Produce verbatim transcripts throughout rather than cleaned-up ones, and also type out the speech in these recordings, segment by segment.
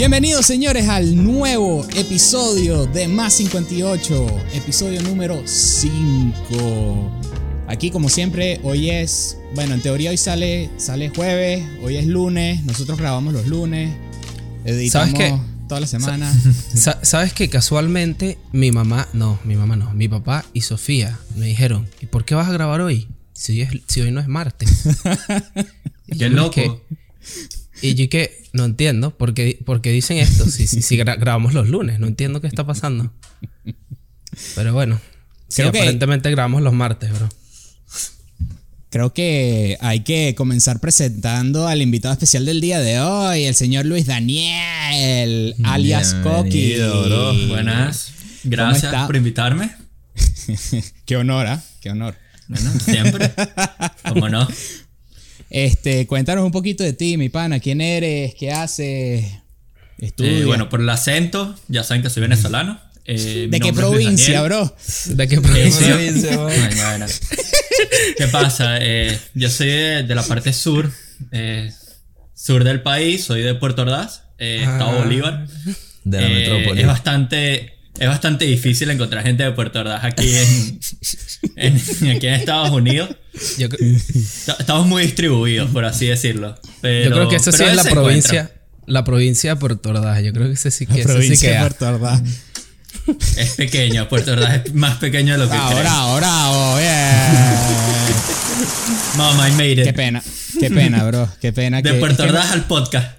Bienvenidos, señores, al nuevo episodio de Más cincuenta y ocho, episodio número cinco. Aquí, como siempre, hoy es, bueno, en teoría hoy sale, sale jueves, hoy es lunes, nosotros grabamos los lunes, editamos ¿Sabes qué? toda la semana. Sa- ¿Sabes que casualmente mi mamá, no, mi mamá no, mi papá y Sofía me dijeron, ¿y por qué vas a grabar hoy? Si hoy, es, si hoy no es martes. Qué loco. Que, y yo que no entiendo por qué, por qué dicen esto si, si, si gra- grabamos los lunes. No entiendo qué está pasando. Pero bueno, sí, Creo que- aparentemente grabamos los martes, bro. Creo que hay que comenzar presentando al invitado especial del día de hoy, el señor Luis Daniel, alias Coqui. Bienvenido, bro. Buenas. Gracias está? por invitarme. Qué honor, ¿ah? Qué honor. Bueno, siempre. ¿Cómo no? Este, cuéntanos un poquito de ti, mi pana. ¿Quién eres? ¿Qué haces? Estudias. Eh, bueno, por el acento, ya saben que soy venezolano. Eh, ¿De mi qué nombre es Luis provincia, Daniel. bro? ¿De qué Eh, provincia? sí. Bueno, bueno. ¿Qué pasa? Eh, yo soy de, de la parte sur, eh, sur del país, soy de Puerto Ordaz, eh, Estado Ah. Bolívar. De la Eh, metrópoli. Es bastante, es bastante difícil encontrar gente de Puerto Ordaz aquí en, en- aquí en Estados Unidos. Yo, cre- Est- Estamos muy distribuidos, por así decirlo. Pero, yo creo que eso sí pero es la se provincia, encuentra. la provincia de Puerto Ordaz. Yo creo que ese sí que La ese sí provincia de queda. Puerto Ordaz. Es pequeño, Puerto Ordaz es más pequeño de lo que Bravo, crees. bravo, bravo, bien. Mama, I made it. Qué pena, qué pena, bro. Qué pena De que... Puerto es que- Ordaz al podcast.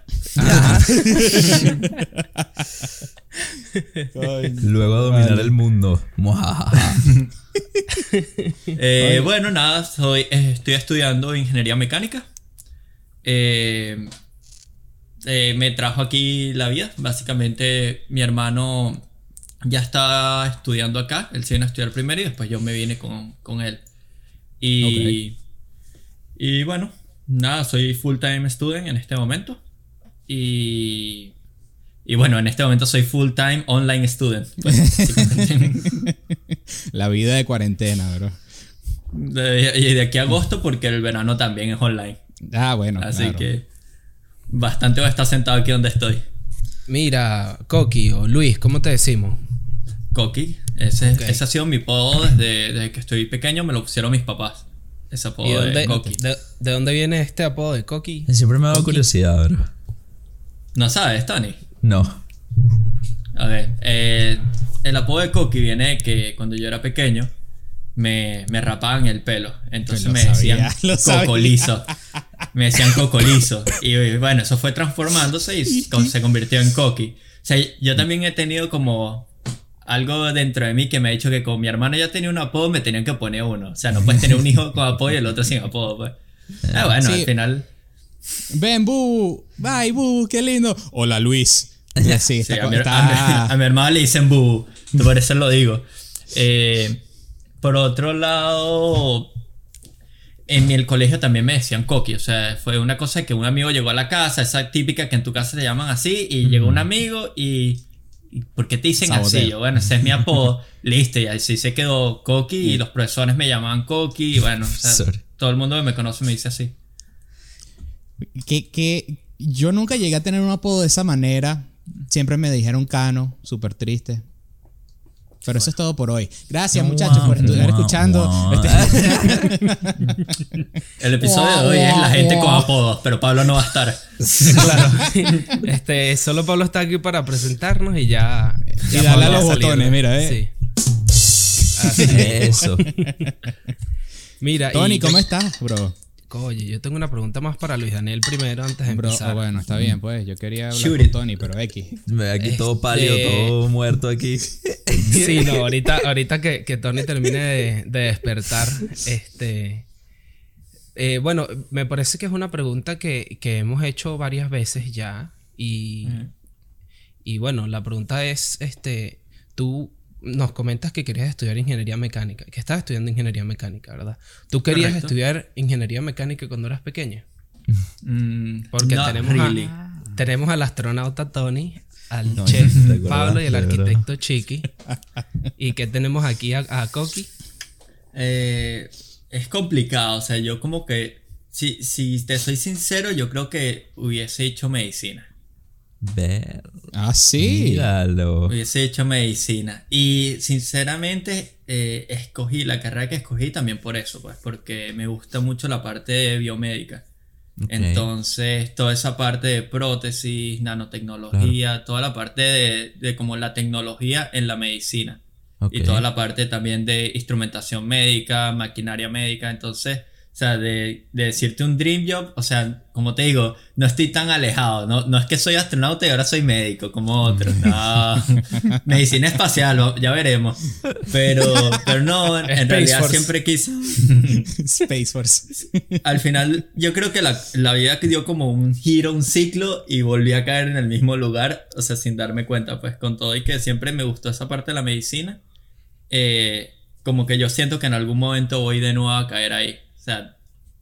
Luego a dominar Vale. el mundo. Muajajaja. Eh, bueno, nada, soy, eh, estoy estudiando ingeniería mecánica. Eh, eh, me trajo aquí la vida. Básicamente, mi hermano ya está estudiando acá. Él se vino a estudiar primero y después yo me vine con, con él. Y, y bueno, nada, soy full time student en este momento. Y, y bueno, en este momento soy full time online student. Pues, básicamente. La vida de cuarentena, bro. De- y de aquí a agosto porque el verano también es online. Ah, bueno, Así claro. que bastante voy a estar sentado aquí donde estoy. Mira, Coqui o Luis, ¿cómo te decimos? Coqui. Ese, Ok. ese ha sido mi apodo desde, desde que estoy pequeño. Me lo pusieron mis papás. Ese ¿Y apodo de dónde, Coqui. de, de dónde viene este apodo de Coqui? Siempre me ha dado Coqui. curiosidad, bro. ¿No sabes, Tony? No. A ver, eh, el apodo de Coqui viene de que cuando yo era pequeño me, me rapaban el pelo. Entonces Lo me sabía, decían lo sabía. cocolizo. Me decían cocolizo. Y bueno, eso fue transformándose y con- se convirtió en Coqui. O sea, yo también he tenido como algo dentro de mí que me ha dicho que como mi hermano ya tenía un apodo, me tenían que poner uno. O sea, no puedes tener un hijo con apodo y el otro sin apodo, pues. Ah, bueno, Sí. al final. Ven, Bu. Bye, Bu. Qué lindo. Hola, Luis. Sí, Sí, está, a, mi, está- a mi- a mi hermano le dicen bubu. Por eso lo digo. Eh, por otro lado, en el colegio también me decían Coqui. O sea, fue una cosa que un amigo llegó a la casa, esa típica que en tu casa te llaman así, y llegó un amigo y. y ¿Por qué te dicen Saboteo. así? Yo, bueno, ese es mi apodo. Listo, y así se quedó Coqui y los profesores me llamaban Coqui. Y bueno, o sea, Sorry. todo el mundo que me conoce me dice así. que, que yo nunca llegué a tener un apodo de esa manera. Siempre me dijeron Cano, súper triste. Pero eso es todo por hoy. Gracias, muchachos, por estar escuchando. Este- El episodio de hoy es la gente con apodos, pero Pablo no va a estar. Claro. Este, solo Pablo está aquí para presentarnos y ya. ya Y darle Pablo a va los salir. botones, mira, eh. Sí. Así es. Eso. Mira, Tony, y- ¿cómo estás, bro? Oye, yo tengo una pregunta más para Luis Daniel primero antes de Bro, empezar. oh, bueno, está bien, pues. Yo quería hablar Shoot con it. Tony, pero X. Me ve aquí todo Este- pálido, todo muerto aquí. Sí, no, ahorita, ahorita que, que Tony termine de, de despertar, este... eh, bueno, me parece que es una pregunta que, que hemos hecho varias veces ya y, Ujú. y bueno, la pregunta es, este, tú nos comentas que querías estudiar ingeniería mecánica, que estabas estudiando ingeniería mecánica, ¿verdad? ¿Tú querías Correcto. estudiar ingeniería mecánica cuando eras pequeño? Mm, Porque not tenemos, really. a, tenemos al astronauta Tony, al No, chef ¿te acuerdas? Pablo y al De verdad. arquitecto Chiqui. ¿Y qué tenemos aquí a, a Coqui? Eh, es complicado, o sea, yo como que, si, si te soy sincero, yo creo que hubiese hecho medicina. Ver. Ah, sí. Míralo. Hubiese hecho medicina. Y sinceramente, eh, escogí la carrera que escogí también por eso, pues, porque me gusta mucho la parte de biomédica. Ok. Entonces, toda esa parte de prótesis, nanotecnología, toda la parte de, de como la tecnología en la medicina. Ok. Y toda la parte también de instrumentación médica, maquinaria médica. Entonces, o sea, de, de decirte un dream job, o sea, como te digo, no estoy tan alejado. No, no es que soy astronauta y ahora soy médico como otros. No, medicina espacial, lo- ya veremos. Pero, pero no, en, en Space realidad Force. siempre quise. Space Force. Al final, yo creo que la, la vida que dio como un giro, un ciclo, y volví a caer en el mismo lugar, o sea, sin darme cuenta, pues con todo y que siempre me gustó esa parte de la medicina, eh, como que yo siento que en algún momento voy de nuevo a caer ahí. O sea,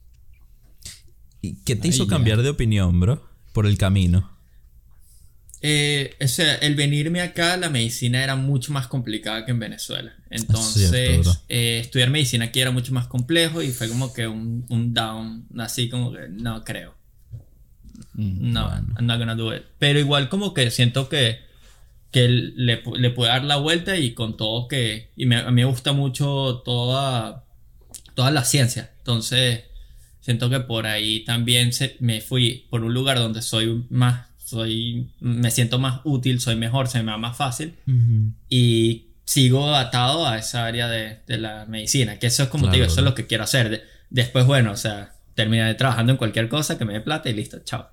¿Y qué te Ay, hizo ya. cambiar de opinión, bro? Por el camino. eh, o sea, el venirme acá, la medicina era mucho más complicada que en Venezuela. Entonces, cierto, bro. eh, estudiar medicina aquí era mucho más complejo y fue como que un, un down, así como que no creo. No, I'm not gonna do it. Pero igual como que siento que, que le, pu- le puedo dar la vuelta y con todo que... Y me, a mí me gusta mucho toda, toda la ciencia. Entonces siento que por ahí también se, me fui por un lugar donde soy más... soy Me siento más útil, soy mejor, se me va más fácil. Y sigo atado a esa área de, de la medicina. Que eso es como te Claro, digo, eso es bro. lo que quiero hacer. De- después, bueno, o sea... Terminaré trabajando en cualquier cosa que me dé plata y listo, chao.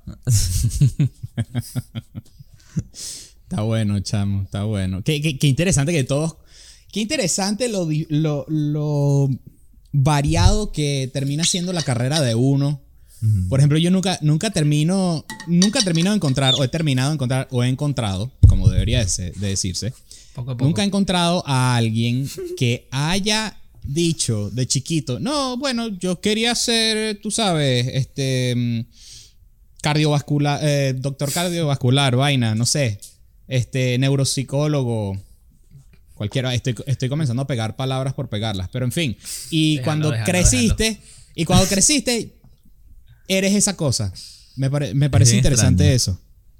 Está bueno, chamo, está bueno. Qué, qué- qué interesante que todos. Qué interesante lo, di- lo, lo variado que termina siendo la carrera de uno. Por ejemplo, yo nunca, nunca termino. Nunca termino de encontrar, o he terminado de encontrar, o he encontrado, como debería de, se- de decirse. Poco a poco. Nunca he encontrado a alguien que haya dicho de chiquito, no, bueno, yo quería ser, tú sabes, este mm, cardiovascular, eh, doctor cardiovascular, vaina, no sé, este neuropsicólogo, cualquiera, estoy, estoy comenzando a pegar palabras por pegarlas, pero en fin, y Déjalo, cuando déjalo, creciste, y cuando creciste, eres esa cosa. Me, pare- me parece bien interesante extraño.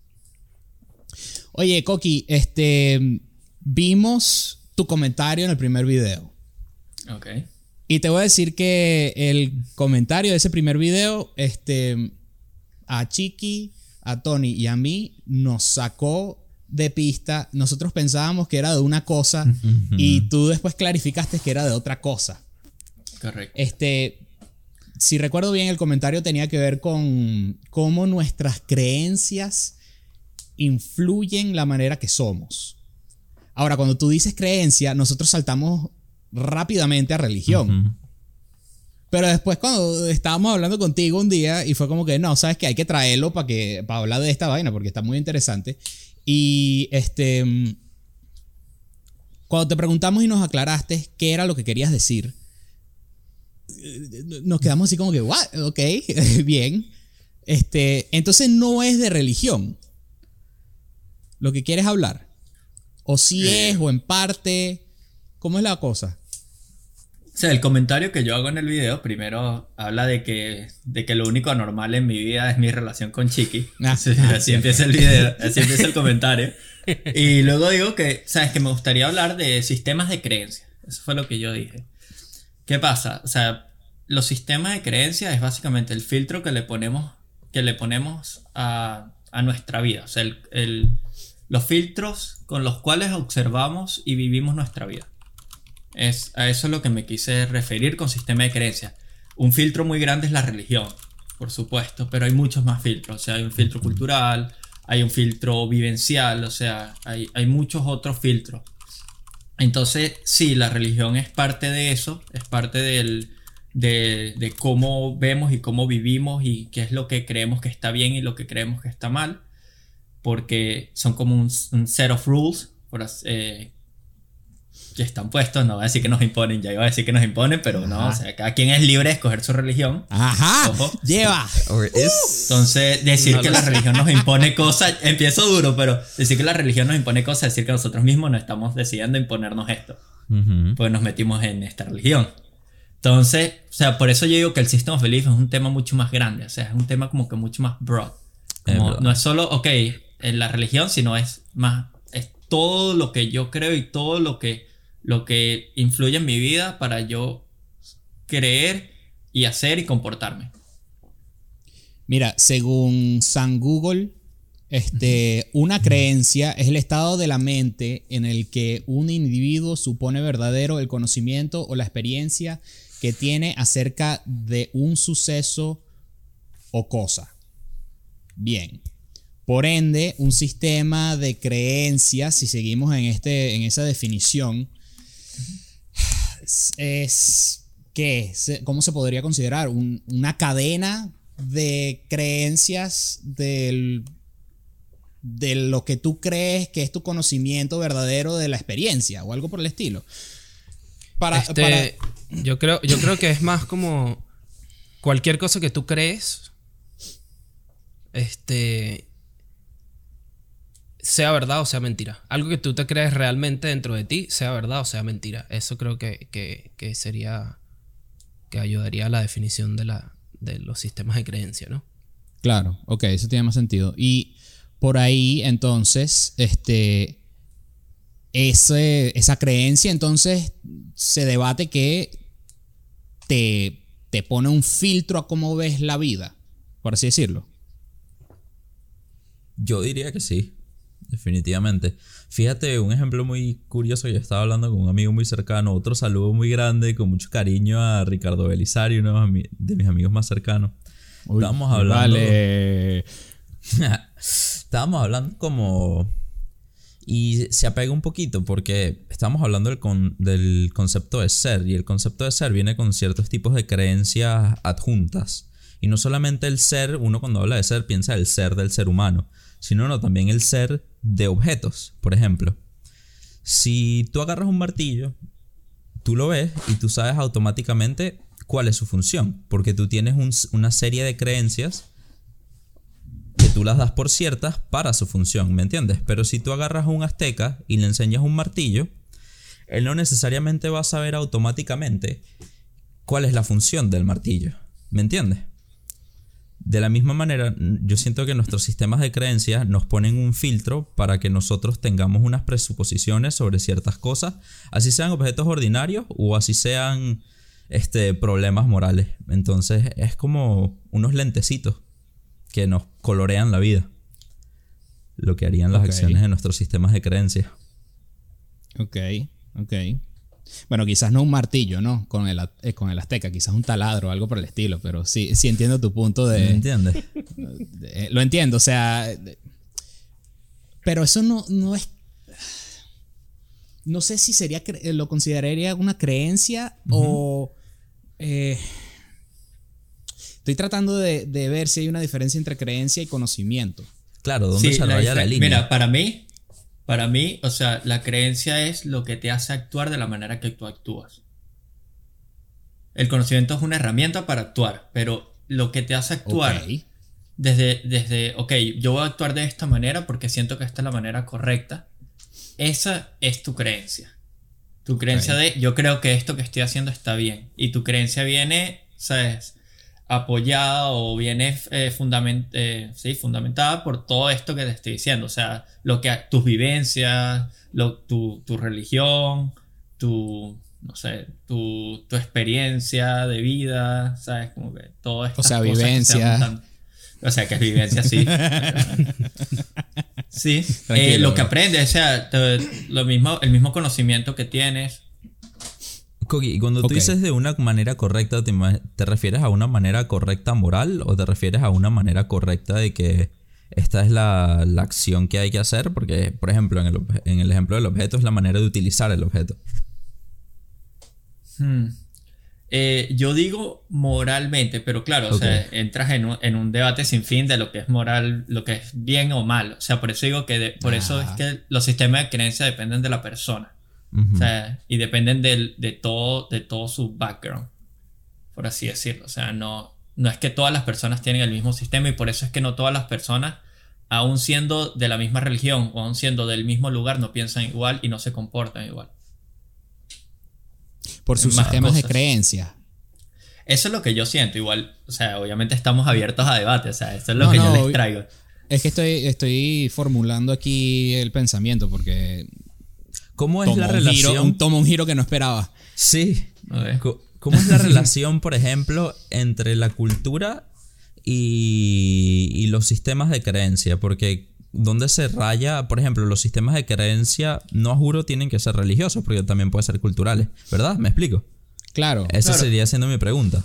eso. Oye, Coqui, este, vimos tu comentario en el primer video. Ok. Y te voy a decir que el comentario de ese primer video, este, a Chiqui, a Tony y a mí nos sacó de pista. Nosotros pensábamos que era de una cosa y tú después clarificaste que era de otra cosa. Correcto. Este, si recuerdo bien, el comentario tenía que ver con cómo nuestras creencias influyen la manera que somos. Ahora, cuando tú dices creencia, nosotros saltamos rápidamente a religión. Ujú. Pero después cuando estábamos hablando contigo un día y fue como que no, sabes que hay que traerlo para que para hablar de esta vaina porque está muy interesante. Y este mm, cuando te preguntamos y nos aclaraste qué era lo que querías decir, eh, nos quedamos así como que, what? Ok, bien. Este, entonces no es de religión lo que quieres hablar. O si Eh. es, o en parte. ¿Cómo es la cosa? O sea, el comentario que yo hago en el video primero habla de que, de que lo único anormal en mi vida es mi relación con Chiqui. Ah, así ah, así sí. empieza el video, así empieza el comentario. Y luego digo que, sabes, que me gustaría hablar de sistemas de creencias. Eso fue lo que yo dije. ¿Qué pasa? O sea, los sistemas de creencias es básicamente el filtro que le ponemos, que le ponemos a, a nuestra vida. O sea, el, el, los filtros con los cuales observamos y vivimos nuestra vida. Es, a eso es lo que me quise referir con sistema de creencias. Un filtro muy grande es la religión, por supuesto, pero hay muchos más filtros. O sea, hay un filtro cultural, hay un filtro vivencial, o sea, hay, hay muchos otros filtros. Entonces, sí, la religión es parte de eso, es parte del, de, de cómo vemos y cómo vivimos y qué es lo que creemos que está bien y lo que creemos que está mal, porque son como un, un set of rules, por así, eh, que están puestos, no voy a decir que nos imponen, ya iba a decir que nos imponen, pero no, o sea, cada quien es libre de escoger su religión. Ajá, Ojo. lleva. Or is- Entonces, decir No que lo la sé. religión nos impone cosas, empiezo duro, pero decir que la religión nos impone cosas, decir que nosotros mismos no estamos decidiendo imponernos esto, Ujú. pues nos metimos en esta religión. Entonces, o sea, por eso yo digo que el System of Belief es un tema mucho más grande, o sea, es un tema como que mucho más broad. Es Como, verdad. no es solo, ok, en la religión, sino es más, es todo lo que yo creo y todo lo que, lo que influye en mi vida para yo creer y hacer y comportarme. Mira, según San Google, este, una creencia es el estado de la mente en el que un individuo supone verdadero el conocimiento o la experiencia que tiene acerca de un suceso o cosa. Bien. Por ende, un sistema de creencias, si seguimos en, este, en esa definición, es, es ¿qué? ¿Cómo se podría considerar? Un, una cadena de creencias del, de lo que tú crees que es tu conocimiento verdadero de la experiencia o algo por el estilo. Para, este, para... Yo creo, yo creo que es más como cualquier cosa que tú crees, este, sea verdad o sea mentira. Algo que tú te crees realmente dentro de ti, sea verdad o sea mentira. Eso creo que, que, que sería, que ayudaría a la definición de la de los sistemas de creencia, ¿no? Claro, ok, eso tiene más sentido. Y por ahí, entonces, este, ese, esa creencia, entonces, se debate que te, te pone un filtro a cómo ves la vida, por así decirlo. Yo diría que sí, definitivamente. Fíjate, un ejemplo muy curioso, yo estaba hablando con un amigo muy cercano, otro saludo muy grande, con mucho cariño a Ricardo Belisario, uno de mis amigos más cercanos. Uy, Estábamos hablando... Vale. Estábamos hablando como... Y se apega un poquito porque estamos hablando del, con, del concepto de ser, y el concepto de ser viene con ciertos tipos de creencias adjuntas. Y no solamente el ser, uno cuando habla de ser piensa el ser del ser humano, sino no, también el ser de objetos. Por ejemplo, si tú agarras un martillo, tú lo ves y tú sabes automáticamente cuál es su función, porque tú tienes un, una serie de creencias que tú las das por ciertas para su función, ¿me entiendes? Pero si tú agarras a un azteca y le enseñas un martillo, él no necesariamente va a saber automáticamente cuál es la función del martillo, ¿me entiendes? De la misma manera, yo siento que nuestros sistemas de creencias nos ponen un filtro para que nosotros tengamos unas presuposiciones sobre ciertas cosas, así sean objetos ordinarios o así sean este, problemas morales. Entonces es como unos lentecitos que nos colorean la vida, lo que harían las okay. acciones de nuestros sistemas de creencias. Ok, ok. Bueno, quizás no un martillo, ¿no? Con el, eh, con el azteca, quizás un taladro o algo por el estilo, pero sí, sí entiendo tu punto de... ¿Me entiendes? De, lo entiendo, o sea... De, pero eso no, no es... No sé si sería... Lo consideraría una creencia uh-huh. o... Eh, estoy tratando de, de ver si hay una diferencia entre creencia y conocimiento. Claro, ¿dónde sí, se raya la, la línea? Mira, para mí... Para mí, o sea, la creencia es lo que te hace actuar de la manera que tú actúas. El conocimiento es una herramienta para actuar, pero lo que te hace actuar okay. desde, desde, ok, yo voy a actuar de esta manera porque siento que esta es la manera correcta, esa es tu creencia. Tu creencia okay. de, yo creo que esto que estoy haciendo está bien. Y tu creencia viene, ¿sabes?, apoyada o viene eh, fundament, eh, sí, fundamentada por todo esto que te estoy diciendo, o sea, lo que tus vivencias, lo, tu, tu religión, tu, no sé, tu, tu experiencia de vida, sabes, como que todo esto. O sea, vivencia. O sea, que es vivencia, sí. Sí, eh, lo que aprendes, o sea, te, lo mismo, el mismo conocimiento que tienes. Coqui, cuando tú okay. dices de una manera correcta, ¿te, ¿te refieres a una manera correcta moral o te refieres a una manera correcta de que esta es la, la acción que hay que hacer? Porque, por ejemplo, en el, en el ejemplo del objeto es la manera de utilizar el objeto. Hmm. Eh, yo digo moralmente, pero claro, okay. o sea, entras en un, en un debate sin fin de lo que es moral, lo que es bien o mal. O sea, por eso digo que de, por ah. eso es que los sistemas de creencia dependen de la persona. Uh-huh. O sea, y dependen de, de todo de todo su background, por así decirlo. O sea, no, no es que todas las personas tienen el mismo sistema, y por eso es que no todas las personas, aun siendo de la misma religión o aun siendo del mismo lugar, no piensan igual y no se comportan igual. Por sus sistemas cosas. de creencia. Eso es lo que yo siento. Igual, o sea, obviamente estamos abiertos a debate. O sea, eso es lo no, que no, yo les traigo. Es que estoy, estoy formulando aquí el pensamiento porque ¿Cómo es toma la un relación? giro, un, toma un giro que no esperaba. Sí. A ver. Co- ¿Cómo es la relación, por ejemplo, entre la cultura y, y los sistemas de creencia? Porque ¿dónde se raya? Por ejemplo, los sistemas de creencia, no juro, tienen que ser religiosos, porque también pueden ser culturales, ¿verdad? ¿Me explico? Claro. Esa Claro. sería siendo mi pregunta.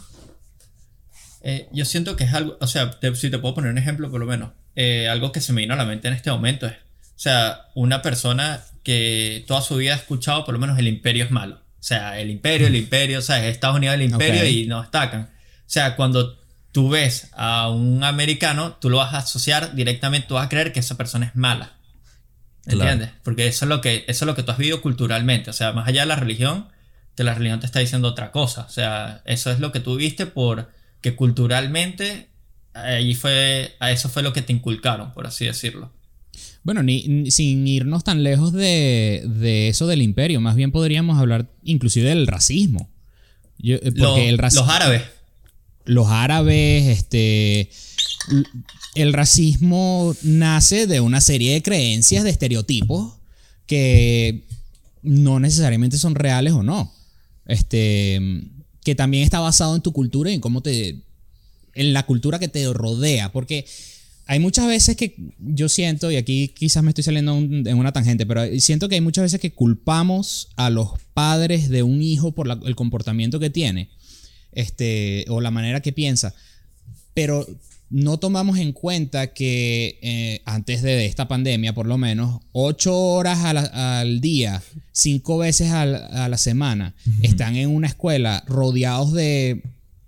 Eh, yo siento que es algo, o sea, te- si te puedo poner un ejemplo por lo menos, eh, algo que se me vino a la mente en este momento es, o sea, una persona que toda su vida ha escuchado por lo menos el imperio es malo. O sea, el imperio, el imperio, o sea, es Estados Unidos el imperio Ok. y nos atacan. O sea, cuando tú ves a un americano, tú lo vas a asociar directamente, tú vas a creer que esa persona es mala. Claro. ¿Entiendes? Porque eso es lo que, eso es lo que tú has vivido culturalmente. O sea, más allá de la religión, que la religión te está diciendo otra cosa. O sea, eso es lo que tú viste por que culturalmente allí fue, a eso fue lo que te inculcaron, por así decirlo. Bueno, ni, ni- sin irnos tan lejos de, de eso del imperio, más bien podríamos hablar inclusive del racismo. Yo- eh, porque Los, el raci- los árabes. los árabes, este, l- el racismo nace de una serie de creencias, de estereotipos que no necesariamente son reales o no. Este, que también está basado en tu cultura y en cómo te, en la cultura que te rodea, porque hay muchas veces que yo siento, y aquí quizás me estoy saliendo un- en una tangente, pero siento que hay muchas veces que culpamos a los padres de un hijo por la- el comportamiento que tiene, este, o la manera que piensa, pero no tomamos en cuenta que eh, antes de esta pandemia, por lo menos, ocho horas a la- al día, cinco veces a la, a la semana, están en una escuela rodeados de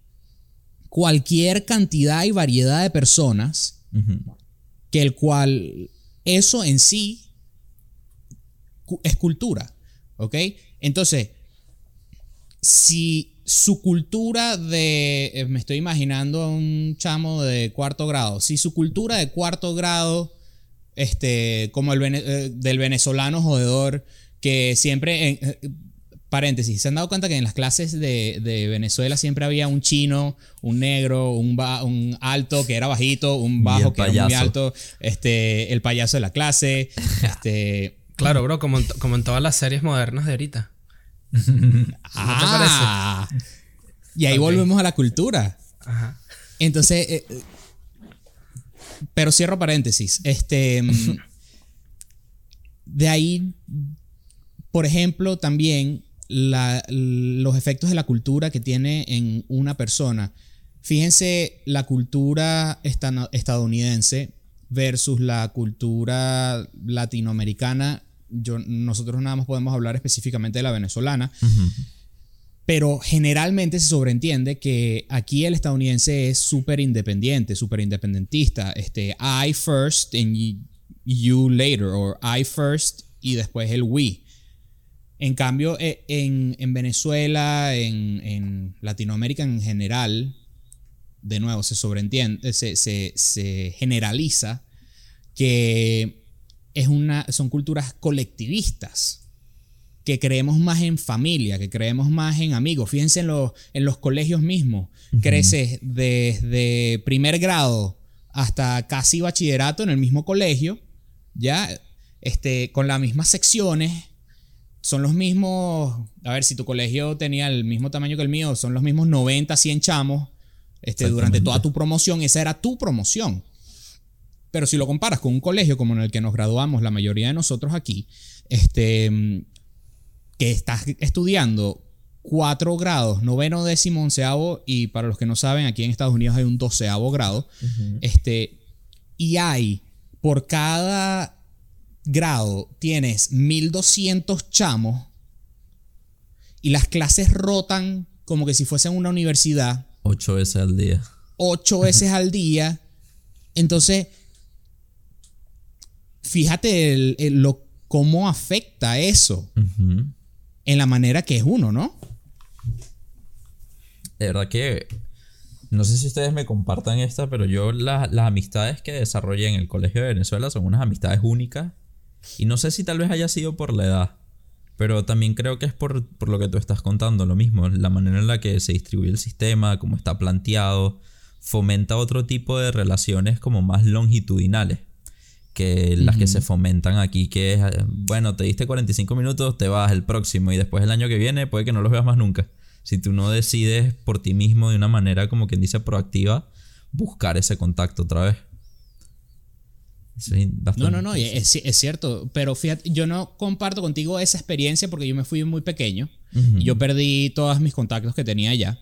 cualquier cantidad y variedad de personas, Ujú. que el cual eso en sí cu- es cultura, ¿ok? Entonces, si su cultura de, eh, me estoy imaginando a un chamo de cuarto grado, si su cultura de cuarto grado, este, como el vene- eh, del venezolano jodedor, que siempre, en- eh, paréntesis, ¿se han dado cuenta que en las clases de, de Venezuela siempre había un chino, un negro, un, ba- un alto que era bajito, un Y bajo el que era muy payaso. alto, este, el payaso de la clase, este... Claro, bro, como en, to- como en todas las series modernas de ahorita. Ah, y ahí Ok. volvemos a la cultura. Ajá. Entonces, eh, eh, pero cierro paréntesis. Este, mm, de ahí, por ejemplo, también la- los efectos de la cultura que tiene en una persona. Fíjense la cultura estano- estadounidense versus la cultura latinoamericana. Yo, nosotros nada más podemos hablar específicamente de la venezolana. Ujú. Pero generalmente se sobreentiende que aquí el estadounidense es súper independiente, súper independentista. Este, I first and y- you later, o I first y después el we. En cambio, eh, en, en Venezuela, en, en Latinoamérica en general, de nuevo, se sobreentiende, se, se, se generaliza que es una, son culturas colectivistas, que creemos más en familia, que creemos más en amigos. Fíjense en, los en los colegios mismos. Uh-huh. Creces desde primer grado hasta casi bachillerato en el mismo colegio, ya, este, con las mismas secciones. Son los mismos, a ver, si tu colegio tenía el mismo tamaño que el mío, son los mismos noventa, cien chamos este, durante toda tu promoción. Esa era tu promoción. Pero si lo comparas con un colegio como en el que nos graduamos la mayoría de nosotros aquí, este... que estás estudiando cuatro grados, noveno, décimo, onceavo, y para los que no saben, aquí en Estados Unidos hay un doceavo grado, uh-huh. este, y hay, por cada grado, tienes mil doscientos chamos, y las clases rotan como que si fuesen una universidad. Ocho veces al día. Ocho veces al día. Entonces, fíjate el, el, lo, cómo afecta eso. Uh-huh. En la manera que es uno, ¿no? De verdad que no sé si ustedes me compartan esta, pero yo la, las amistades que desarrollé en el colegio de Venezuela son unas amistades únicas. Y no sé si tal vez haya sido por la edad, pero también creo que es por, por lo que tú estás contando, lo mismo. La manera en la que se distribuye el sistema, cómo está planteado, fomenta otro tipo de relaciones como más longitudinales. que las Ujú. que se fomentan aquí, que es, bueno, te diste cuarenta y cinco minutos, te vas el próximo y después el año que viene puede que no los veas más nunca. Si tú no decides por ti mismo de una manera, como quien dice, proactiva, buscar ese contacto otra vez. Eso es bastante- No, no, no, y es, es cierto, pero fíjate, yo no comparto contigo esa experiencia porque yo me fui muy pequeño Ujú. y yo perdí todos mis contactos que tenía allá.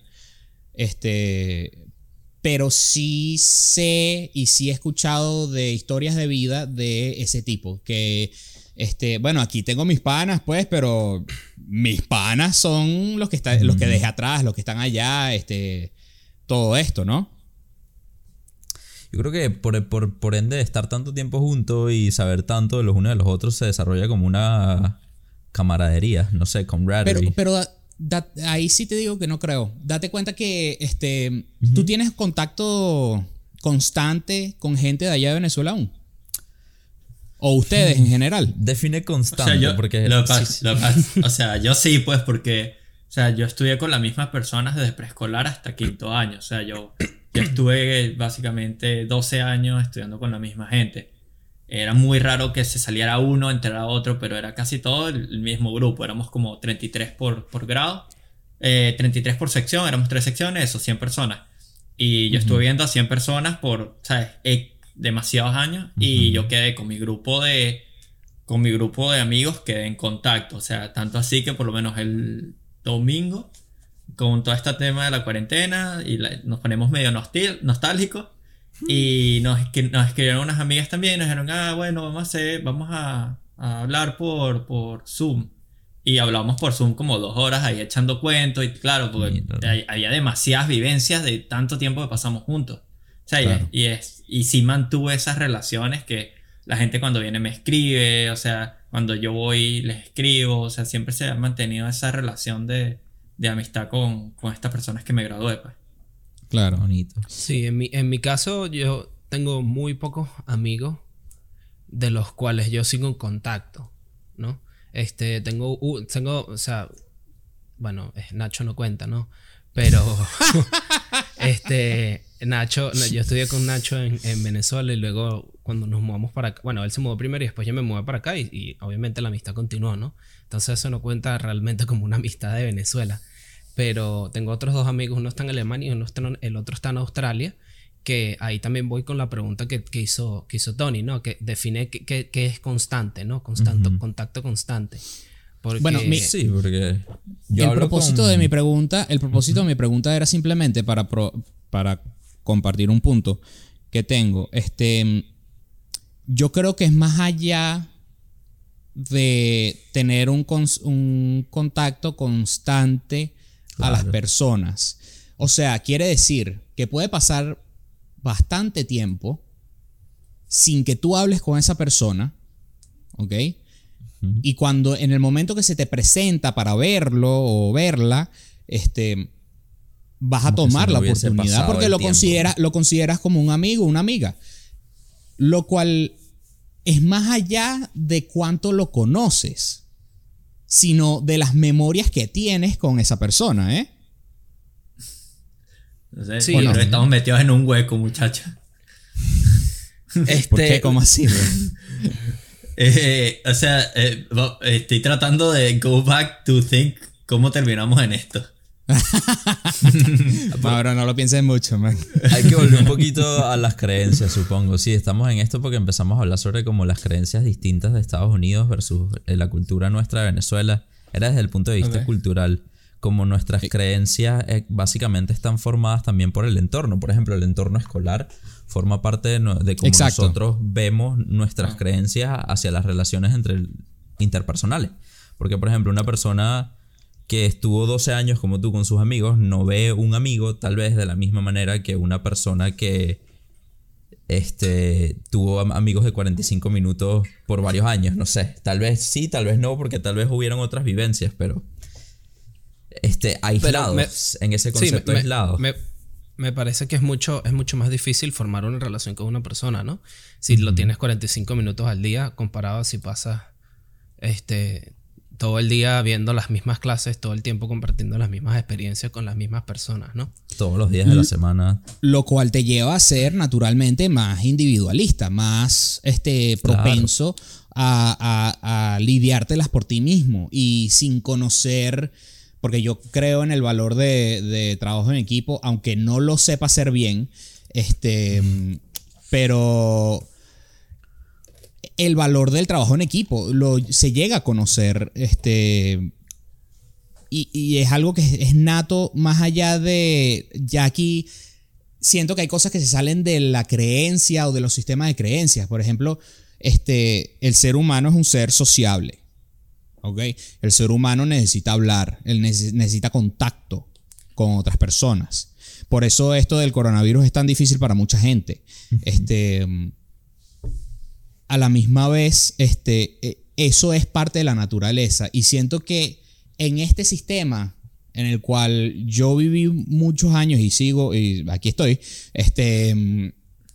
Este, pero sí sé y sí he escuchado de historias de vida de ese tipo, que este, bueno, aquí tengo mis panas, pues, pero mis panas son los que están, los que dejé atrás, los que están allá, este, todo esto, ¿no? Yo creo que por, por, por ende de estar tanto tiempo juntos y saber tanto de los unos de los otros se desarrolla como una camaradería, no sé, Pero, camaraderie. pero da- da- ahí sí te digo que no creo. Date cuenta que este, tú tienes contacto constante con gente de allá de Venezuela aún. O ustedes en general. Define O constante, sea, yo, porque lo que sí, pasa- sí. lo que pasa- o sea, yo sí, pues, porque, o sea, yo estudié con las mismas personas desde preescolar hasta quinto año. O sea, yo, yo estuve básicamente doce años estudiando con la misma gente. Era muy raro que se saliera uno, entrara otro, pero era casi todo el, el mismo grupo. Éramos como treinta y tres por, por grado, eh, treinta y tres por sección, éramos tres secciones, eso, cien personas. Y yo estuve viendo a cien personas por, ¿sabes? Eh, demasiados años y yo quedé con mi grupo de con mi grupo de amigos, quedé en contacto, o sea, tanto así que por lo menos el domingo con todo este tema de la cuarentena y la- nos ponemos medio nostil- nostálgicos y nos, escri- nos escribieron unas amigas también y nos dijeron, ah, bueno, vamos a hacer, vamos a, a hablar por, por Zoom. Y hablamos por Zoom como dos horas ahí echando cuentos y claro, porque Mira. hay- había demasiadas vivencias de tanto tiempo que pasamos juntos. O sea, y Claro. es- y, es, y sí mantuve esas relaciones que la gente cuando viene me escribe, o sea, cuando yo voy les escribo, o sea, siempre se ha mantenido esa relación de, de amistad con, con estas personas que me gradué, pues. Claro. Bonito. Sí, en mi, en mi caso yo tengo muy pocos amigos de los cuales yo sigo en contacto, ¿no? Este, tengo, u- tengo, o sea, bueno, eh, Nacho no cuenta, ¿no? Pero, este, Nacho, no, yo estudié con Nacho en, en Venezuela y luego cuando nos mudamos para acá, bueno, él se mudó primero y después yo me mudé para acá y, y obviamente la amistad continuó, ¿no? Entonces eso no cuenta realmente como una amistad de Venezuela. Pero tengo otros dos amigos, uno está en Alemania y uno está en- el otro está en Australia, que ahí también voy con la pregunta que, que hizo, que hizo Tony, ¿no? Que define qué, qué- qué es constante, ¿no? Constante, Ujú. contacto constante. Porque, Bueno, mi- Sí, porque yo el hablo propósito con- de mi pregunta, el propósito de mi pregunta era simplemente para, pro- para compartir un punto que tengo. Este, yo creo que es más allá de tener un, cons- un contacto constante a las Claro. personas. O sea, quiere decir que puede pasar bastante tiempo sin que tú hables con esa persona, ¿ok? Y cuando en el momento que se te presenta para verlo o verla, este, vas a Como que tomar si no la hubiese oportunidad pasado porque el lo, tiempo. considera, lo consideras como un amigo, una amiga. Lo cual es más allá de cuánto lo conoces, sino de las memorias que tienes con esa persona, ¿eh? Entonces, Sí, yo creo ¿o no? que estamos metidos en un hueco, muchachos. este, ¿Por qué? ¿Cómo así, güey? Eh, o sea, eh, va- estoy tratando de go back to think cómo terminamos en esto. No, ahora no lo pienses mucho, man. Hay que volver un poquito a las creencias, supongo. Sí, estamos en esto porque empezamos a hablar sobre como las creencias distintas de Estados Unidos versus eh, la cultura nuestra de Venezuela. Era desde el punto de vista Ok. cultural. Como nuestras creencias eh, básicamente están formadas también por el entorno. Por ejemplo, el entorno escolar forma parte de, no- de cómo Exacto. nosotros vemos nuestras creencias hacia las relaciones entre el- interpersonales. Porque, por ejemplo, una persona que estuvo doce años como tú con sus amigos no ve un amigo tal vez de la misma manera que una persona que este, tuvo am- amigos de cuarenta y cinco minutos por varios años. No sé, tal vez sí, tal vez no, porque tal vez hubieron otras vivencias, pero este, aislados, me- en ese sí, concepto me, aislado. me, me parece que es mucho, es mucho más difícil formar una relación con una persona, ¿no? Si lo tienes cuarenta y cinco minutos al día comparado a si pasas este, todo el día viendo las mismas clases, todo el tiempo compartiendo las mismas experiencias con las mismas personas, ¿no? Todos los días de la semana. Lo cual te lleva a ser naturalmente más individualista, más este, propenso claro. a, a, a lidiártelas por ti mismo y sin conocer, porque yo creo en el valor de, de trabajo en equipo, aunque no lo sepa hacer bien, este, pero el valor del trabajo en equipo lo, se llega a conocer, este, y, y es algo que es, es nato más allá de, ya aquí siento que hay cosas que se salen de la creencia o de los sistemas de creencias. Por ejemplo, este, el ser humano es un ser sociable, ¿ok? El ser humano necesita hablar, él neces- necesita contacto con otras personas. Por eso esto del coronavirus es tan difícil para mucha gente. Este... A la misma vez, este, eso es parte de la naturaleza. Y siento que en este sistema en el cual yo viví muchos años y sigo, y aquí estoy, este,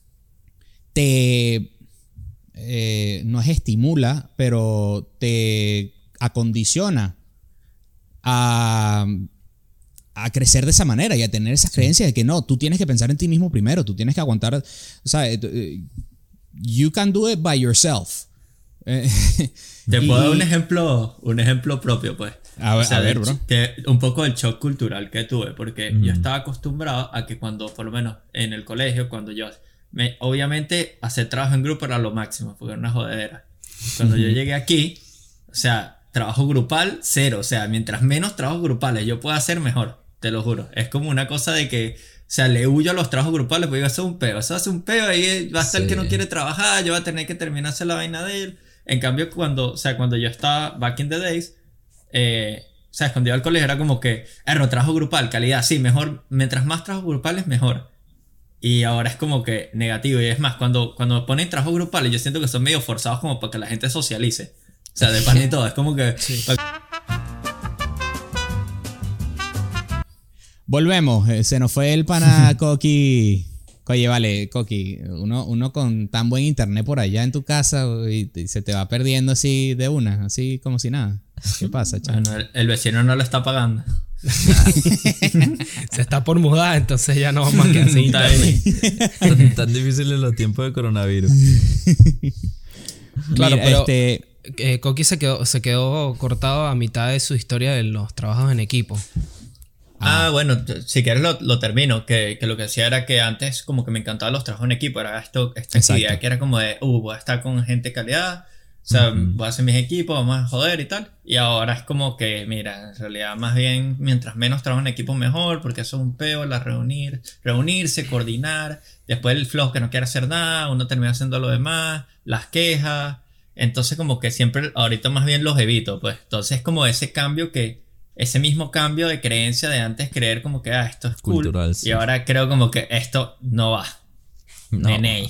te, eh, no es estimula, pero te acondiciona a, a crecer de esa manera y a tener esas creencias de que no, tú tienes que pensar en ti mismo primero, tú tienes que aguantar, o sea, you can do it by yourself. Te puedo dar un ejemplo, un ejemplo propio, pues. A ver, o sea, a ver bro. Que, un poco el shock cultural que tuve, porque Mm. yo estaba acostumbrado a que cuando, por lo menos en el colegio, cuando yo, me, obviamente hacer trabajo en grupo era lo máximo, porque era una jodedera. Cuando yo llegué aquí, o sea, trabajo grupal, cero. O sea, mientras menos trabajos grupales yo pueda hacer, mejor, te lo juro. Es como una cosa de que, o sea, le huyo a los trabajos grupales porque iba a ser un peo. Eso hace un peo, ahí va a estar sí. el que no quiere trabajar, yo voy a tener que terminar hacer la vaina de él. En cambio, cuando, o sea, cuando yo estaba back in the days, eh, o sea, cuando iba al colegio era como que, erro, trabajo grupal, calidad, sí, mejor, mientras más trabajos grupales, mejor. Y ahora es como que negativo. Y es más, cuando, cuando me ponen trabajos grupales, yo siento que son medio forzados como para que la gente socialice. O sea, de pan y todo, es como que... Sí. Volvemos, se nos fue el pana Coqui. Oye, vale, Coqui, uno, uno con tan buen internet por allá en tu casa y, y se te va perdiendo así de una, así como si nada. ¿Qué pasa, chaval? Bueno, el, el vecino no lo está pagando. Se está por mudar, entonces ya no vamos a quedar sin internet. tan, tan difíciles los tiempos de coronavirus. Claro, Mira, pero este... eh, Coqui se quedó, se quedó cortado a mitad de su historia de los trabajos en equipo. Ah, ah, bueno, si quieres lo, lo termino, que, que lo que decía era que antes como que me encantaban los trabajos en equipo, era esto, esta actividad que era como de, uh, voy a estar con gente de calidad, o sea, uh-huh. voy a hacer mis equipos, vamos a joder y tal, y ahora es como que, mira, en realidad más bien, mientras menos trabajo en equipo mejor, porque eso es un peo, la reunir, reunirse, coordinar, después el flow que no quiere hacer nada, uno termina haciendo lo demás, las quejas, entonces como que siempre, ahorita más bien los evito, pues, entonces como ese cambio que ese mismo cambio de creencia de antes creer como que ah, esto es cool cultural, sí. Y ahora creo como que esto no va. No. Neney.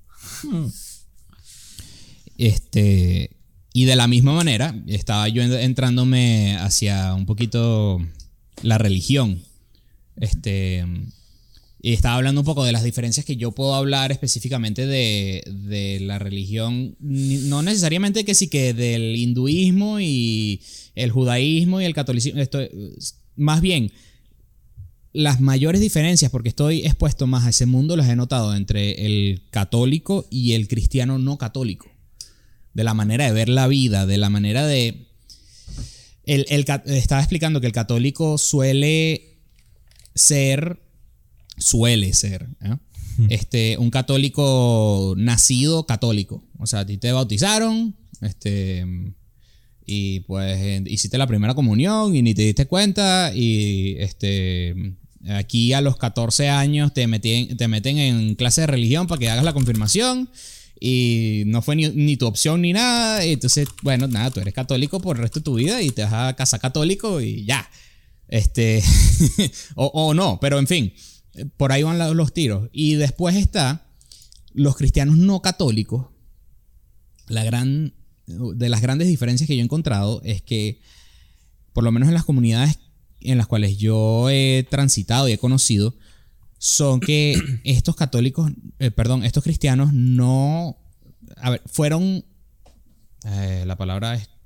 Este, y de la misma manera estaba yo entrándome hacia un poquito la religión. Este, y estaba hablando un poco de las diferencias que yo puedo hablar específicamente de, de la religión, no necesariamente que sí que del hinduismo y el judaísmo y el catolicismo, esto, más bien las mayores diferencias, porque estoy expuesto más a ese mundo, las he notado entre el católico y el cristiano no católico, de la manera de ver la vida, de la manera de el, el, estaba explicando que el católico suele ser suele ser ¿eh? este, un católico nacido católico, o sea, a ti te bautizaron, este y pues hiciste la primera comunión y ni te diste cuenta y este aquí a los catorce años te meten, te meten en clase de religión para que hagas la confirmación y no fue ni, ni tu opción ni nada, y entonces bueno, nada, tú eres católico por el resto de tu vida y te vas a casar católico y ya, este o, o no, pero en fin, por ahí van los tiros. Y después está los cristianos no católicos. La gran de las grandes diferencias que yo he encontrado es que, por lo menos en las comunidades en las cuales yo he transitado y he conocido, son que estos católicos, eh, perdón, estos cristianos no, a ver, fueron, eh, la palabra es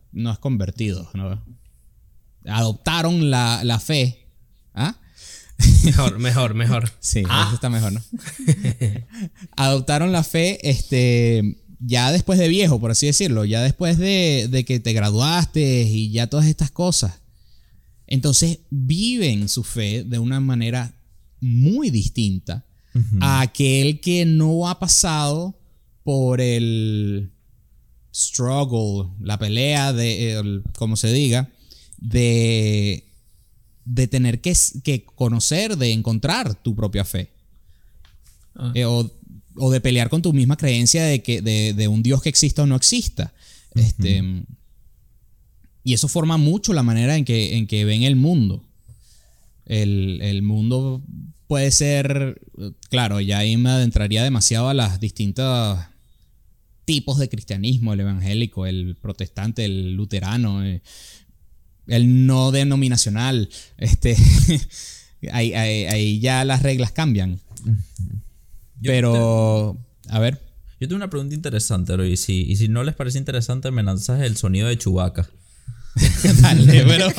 no es convertidos, ¿no? Adoptaron la, la fe. ¿Ah? Mejor, mejor, mejor. Sí, ah. Eso está mejor, ¿no? Adoptaron la fe, este, ya después de viejo, por así decirlo, ya después de, de que te graduaste y ya todas estas cosas. Entonces viven su fe de una manera muy distinta uh-huh. a aquel que no ha pasado por el struggle, la pelea de, el, como se diga, de, de tener que, que conocer, de encontrar tu propia fe. Uh. Eh, o, o de pelear con tu misma creencia de, que, de, de un Dios que exista o no exista. Uh-huh. Este, y eso forma mucho la manera en que, en que ven el mundo. El, el mundo puede ser, claro, ya ahí me adentraría demasiado a las distintas tipos de cristianismo, el evangélico, el protestante, el luterano, el, el no denominacional. Este, ahí, ahí, ahí ya las reglas cambian. Yo Pero, te, a ver. Yo tengo una pregunta interesante, y si, y si no les parece interesante, me lanzas el sonido de Chewbacca. Dale, pero...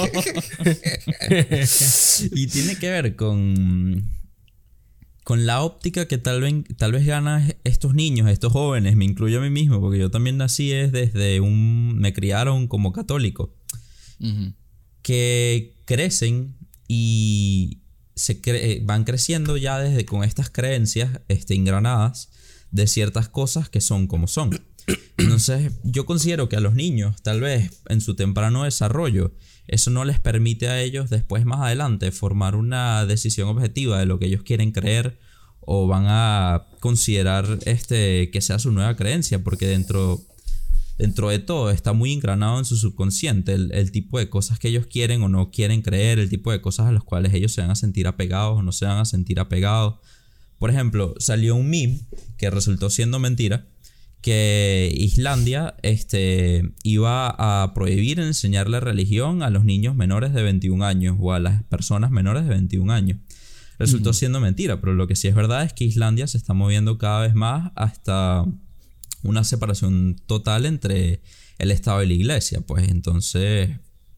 Y tiene que ver con... con la óptica que tal vez, tal vez ganan estos niños, estos jóvenes, me incluyo a mí mismo, porque yo también nací es desde un... me criaron como católico. Uh-huh. Que crecen y se cre- van creciendo ya desde con estas creencias este, engranadas de ciertas cosas que son como son. Entonces yo considero que a los niños, tal vez en su temprano desarrollo, eso no les permite a ellos después más adelante formar una decisión objetiva de lo que ellos quieren creer o van a considerar este, que sea su nueva creencia, porque dentro, dentro de todo está muy engranado en su subconsciente el, el tipo de cosas que ellos quieren o no quieren creer, el tipo de cosas a las cuales ellos se van a sentir apegados o no se van a sentir apegados. Por ejemplo, salió un meme que resultó siendo mentira, que Islandia este, iba a prohibir enseñarle religión a los niños menores de veintiún años o a las personas menores de veintiún años. Resultó uh-huh. siendo mentira, pero lo que sí es verdad es que Islandia se está moviendo cada vez más hasta una separación total entre el Estado y la Iglesia. Pues entonces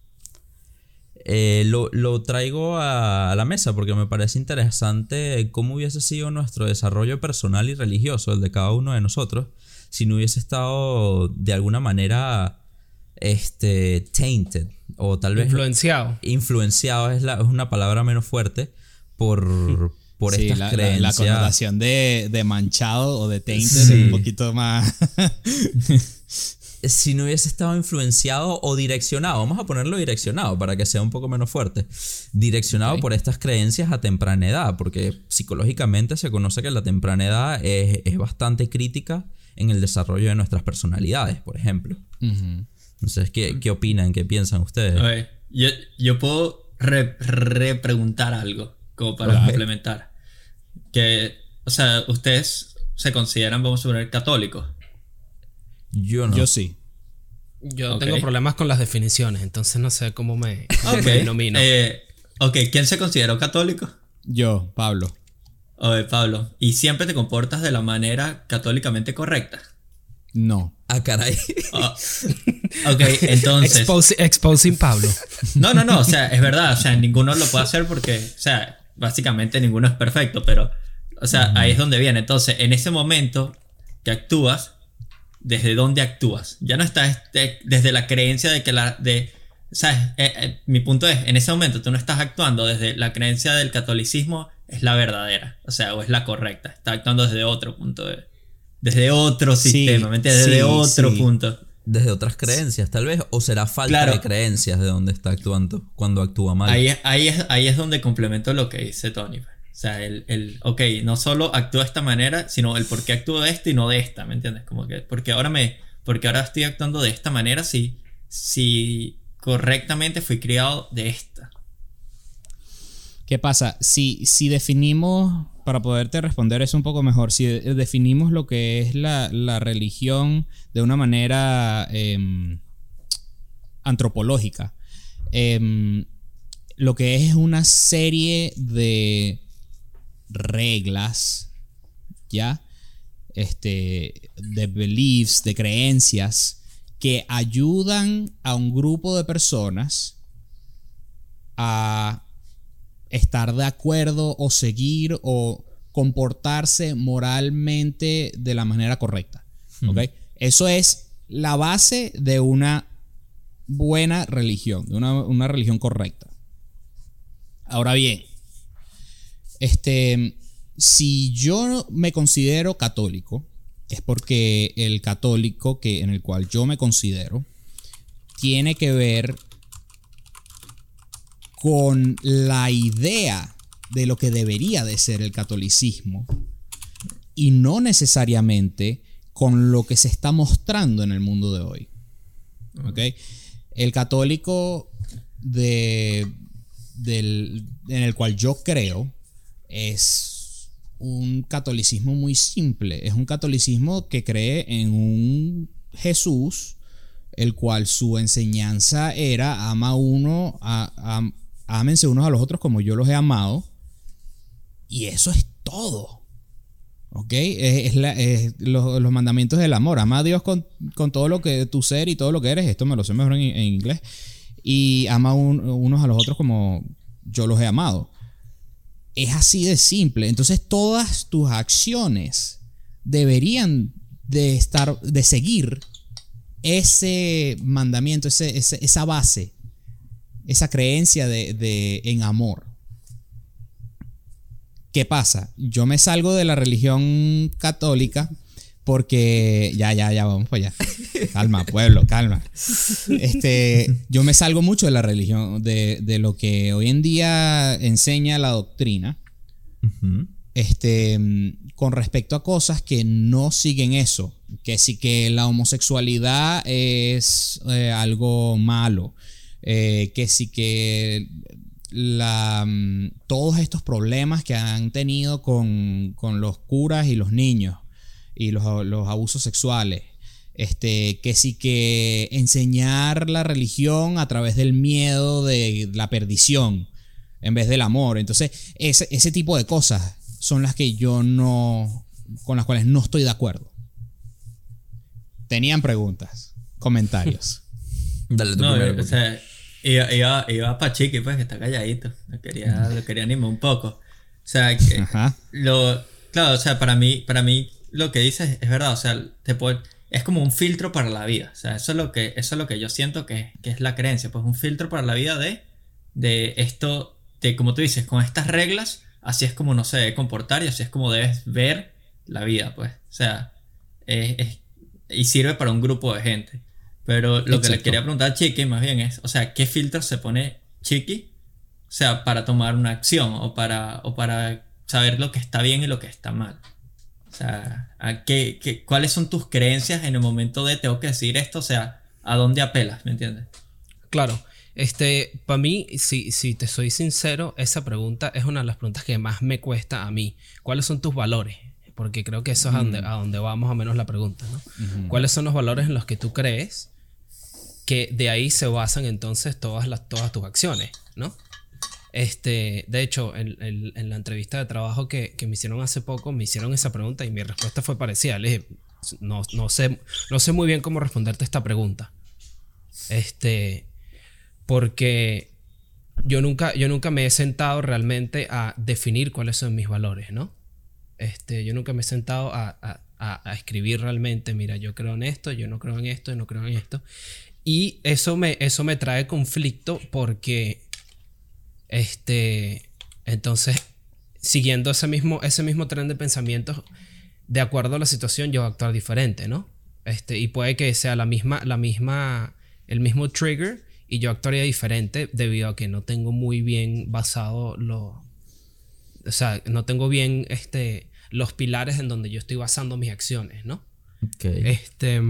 eh, lo, lo traigo a, a la mesa porque me parece interesante cómo hubiese sido nuestro desarrollo personal y religioso, el de cada uno de nosotros, si no hubiese estado de alguna manera este, tainted o tal vez influenciado. Influenciado es, la, es una palabra menos fuerte por, por sí, estas la, creencias. La, la connotación de, de manchado o de tainted sí. un poquito más. Si no hubiese estado influenciado o direccionado, vamos a ponerlo direccionado para que sea un poco menos fuerte, direccionado okay. por estas creencias a temprana edad, porque psicológicamente se conoce que la temprana edad es, es bastante crítica en el desarrollo de nuestras personalidades, por ejemplo. Uh-huh. Entonces, ¿qué, ¿qué opinan? ¿Qué piensan ustedes? A ver, yo, yo puedo repreguntar re algo como para okay. complementar. Que, o sea, ustedes se consideran, vamos a suponer, católicos. Yo no. Yo sí. Yo okay. tengo problemas con las definiciones, entonces no sé cómo me, okay. me denomino. Eh, ok, ¿quién se consideró católico? Yo, Pablo. Oye, Pablo, ¿y siempre te comportas de la manera católicamente correcta? No. Ah, caray. Oh, ok, entonces... Expose, exposing Pablo. No, no, no, o sea, es verdad, o sea, ninguno lo puede hacer porque, o sea, básicamente ninguno es perfecto, pero, o sea, uh-huh. ahí es donde viene. Entonces, en ese momento que actúas, ¿desde dónde actúas? Ya no estás de, desde la creencia de que la... de, ¿sabes? Eh, eh, mi punto es, en ese momento tú no estás actuando desde la creencia del catolicismo es la verdadera, o sea, o es la correcta. Está actuando desde otro punto de... Desde otro sistema, ¿me entiendes? Desde sí, otro sí. punto. Desde otras creencias, tal vez, o será falta claro. de creencias de donde está actuando cuando actúa mal. Ahí, ahí, es, ahí es donde complemento lo que dice Tony. O sea, el, el... Ok, no solo actúa de esta manera, sino el por qué actúo de esta y no de esta, ¿me entiendes? Como que... Porque ahora me... Porque ahora estoy actuando de esta manera si... Si correctamente fui criado de esta. ¿Qué pasa? Si, si definimos, para poderte responder eso un poco mejor, si de, definimos lo que es la, la religión de una manera eh, antropológica, eh, lo que es una serie de reglas, ¿ya? Este, de beliefs, de creencias que ayudan a un grupo de personas a estar de acuerdo o seguir o comportarse moralmente de la manera correcta. ¿Okay? Mm. Eso es la base de una buena religión, de una, una religión correcta. Ahora bien, este, si yo me considero católico, es porque el católico que, en el cual yo me considero tiene que ver con la idea de lo que debería de ser el catolicismo y no necesariamente con lo que se está mostrando en el mundo de hoy. ¿Okay? El católico de, del, en el cual yo creo es un catolicismo muy simple. Es un catolicismo que cree en un Jesús, el cual su enseñanza era ama uno, a, a, ámense unos a los otros como yo los he amado. Y eso es todo. ¿Ok? Es, es la, es los, los mandamientos del amor. Ama a Dios con, con todo lo que tu ser y todo lo que eres. Esto me lo sé mejor en, en inglés. Y ama un, unos a los otros como yo los he amado. Es así de simple. Entonces todas tus acciones deberían de estar, de seguir ese mandamiento, ese, ese, esa base, esa creencia de, de, en amor. ¿Qué pasa? Yo me salgo de la religión católica porque... Ya, ya, ya, vamos para allá. Calma, pueblo, calma. Este, yo me salgo mucho de la religión, de, de lo que hoy en día enseña la doctrina, uh-huh. este, con respecto a cosas que no siguen eso. Que sí que la homosexualidad es eh, algo malo. Eh, que sí que... La, todos estos problemas que han tenido con, con los curas y los niños y los, los abusos sexuales, este, que sí que enseñar la religión a través del miedo de la perdición en vez del amor. Entonces ese, ese tipo de cosas son las que yo no, con las cuales no estoy de acuerdo. Tenían preguntas, comentarios. Dale tu no, primero. O sea, Iba, iba, iba pa' Chiqui, pues, que está calladito. Lo quería, lo quería animar un poco. O sea, que Ajá. lo, claro, o sea, para mí, para mí lo que dices es verdad. O sea, te puede, es como un filtro para la vida. O sea, eso es lo que, eso es lo que yo siento que, que es la creencia. Pues un filtro para la vida de, de esto, de como tú dices, con estas reglas, así es como uno se debe comportar y así es como debes ver la vida, pues. O sea, es, es, y sirve para un grupo de gente. Pero lo Exacto. que le quería preguntar a Chiqui más bien es, o sea, ¿qué filtro se pone Chiqui? O sea, para tomar una acción o para, o para saber lo que está bien y lo que está mal. O sea, ¿a qué, qué, ¿cuáles son tus creencias en el momento de tengo que decir esto? O sea, ¿a dónde apelas? ¿Me entiendes? Claro. Este, para mí, si, si te soy sincero, esa pregunta es una de las preguntas que más me cuesta a mí. ¿Cuáles son tus valores? Porque creo que eso es a donde, a donde va más o menos la pregunta, ¿no? Uh-huh. ¿Cuáles son los valores en los que tú crees? Que de ahí se basan entonces todas, las, todas tus acciones, ¿no? Este, de hecho, en, en, en la entrevista de trabajo que, que me hicieron hace poco, me hicieron esa pregunta y mi respuesta fue parecida. Le dije, no, no, sé, no sé muy bien cómo responderte esta pregunta. Este, porque yo nunca, yo nunca me he sentado realmente a definir cuáles son mis valores, ¿no? Este, yo nunca me he sentado a, a, a, a escribir realmente, mira, yo creo en esto, yo no creo en esto, yo no creo en esto. Y eso me, eso me trae conflicto porque, este, entonces, siguiendo ese mismo, ese mismo tren de pensamientos, de acuerdo a la situación, yo voy a actuar diferente, ¿no? Este, y puede que sea la misma, la misma, el mismo trigger y yo actuaría diferente debido a que no tengo muy bien basado lo, o sea, no tengo bien, este, los pilares en donde yo estoy basando mis acciones, ¿no? Okay. Este...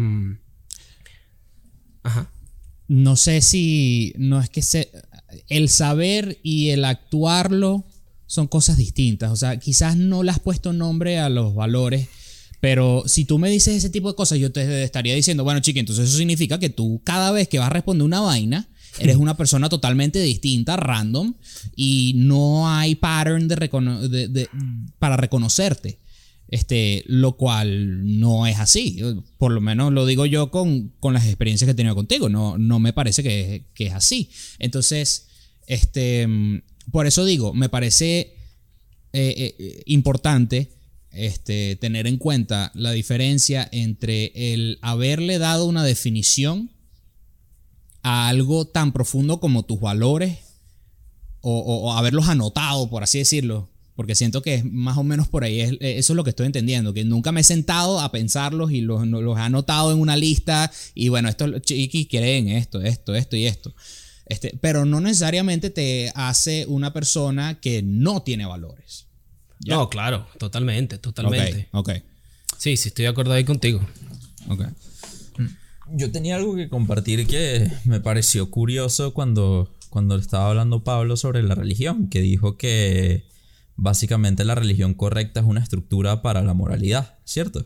Ajá. No sé si no es que se, el saber y el actuarlo son cosas distintas. O sea, quizás no le has puesto nombre a los valores, pero si tú me dices ese tipo de cosas, yo te estaría diciendo, bueno, Chiqui, entonces eso significa que tú cada vez que vas a responder una vaina, eres una persona totalmente distinta, random, y no hay pattern de recono- de, de, para reconocerte. Este, lo cual no es así. Por lo menos lo digo yo con, con las experiencias que he tenido contigo. No, no me parece que, que es así. Entonces, este, por eso digo, me parece eh, eh, importante este, tener en cuenta la diferencia entre el haberle dado una definición a algo tan profundo como tus valores o, o, o haberlos anotado, por así decirlo. Porque siento que es más o menos por ahí, es, eso es lo que estoy entendiendo, que nunca me he sentado a pensarlos y los, los he anotado en una lista y bueno, estos chiquis quieren esto, esto, esto y esto. Este, pero no necesariamente te hace una persona que no tiene valores. ¿Ya? No, claro, totalmente, totalmente. Ok, ok. Sí, sí, estoy de acuerdo ahí contigo. Ok. Yo tenía algo que compartir que me pareció curioso cuando, cuando estaba hablando Pablo sobre la religión, que dijo que básicamente la religión correcta es una estructura para la moralidad, ¿cierto?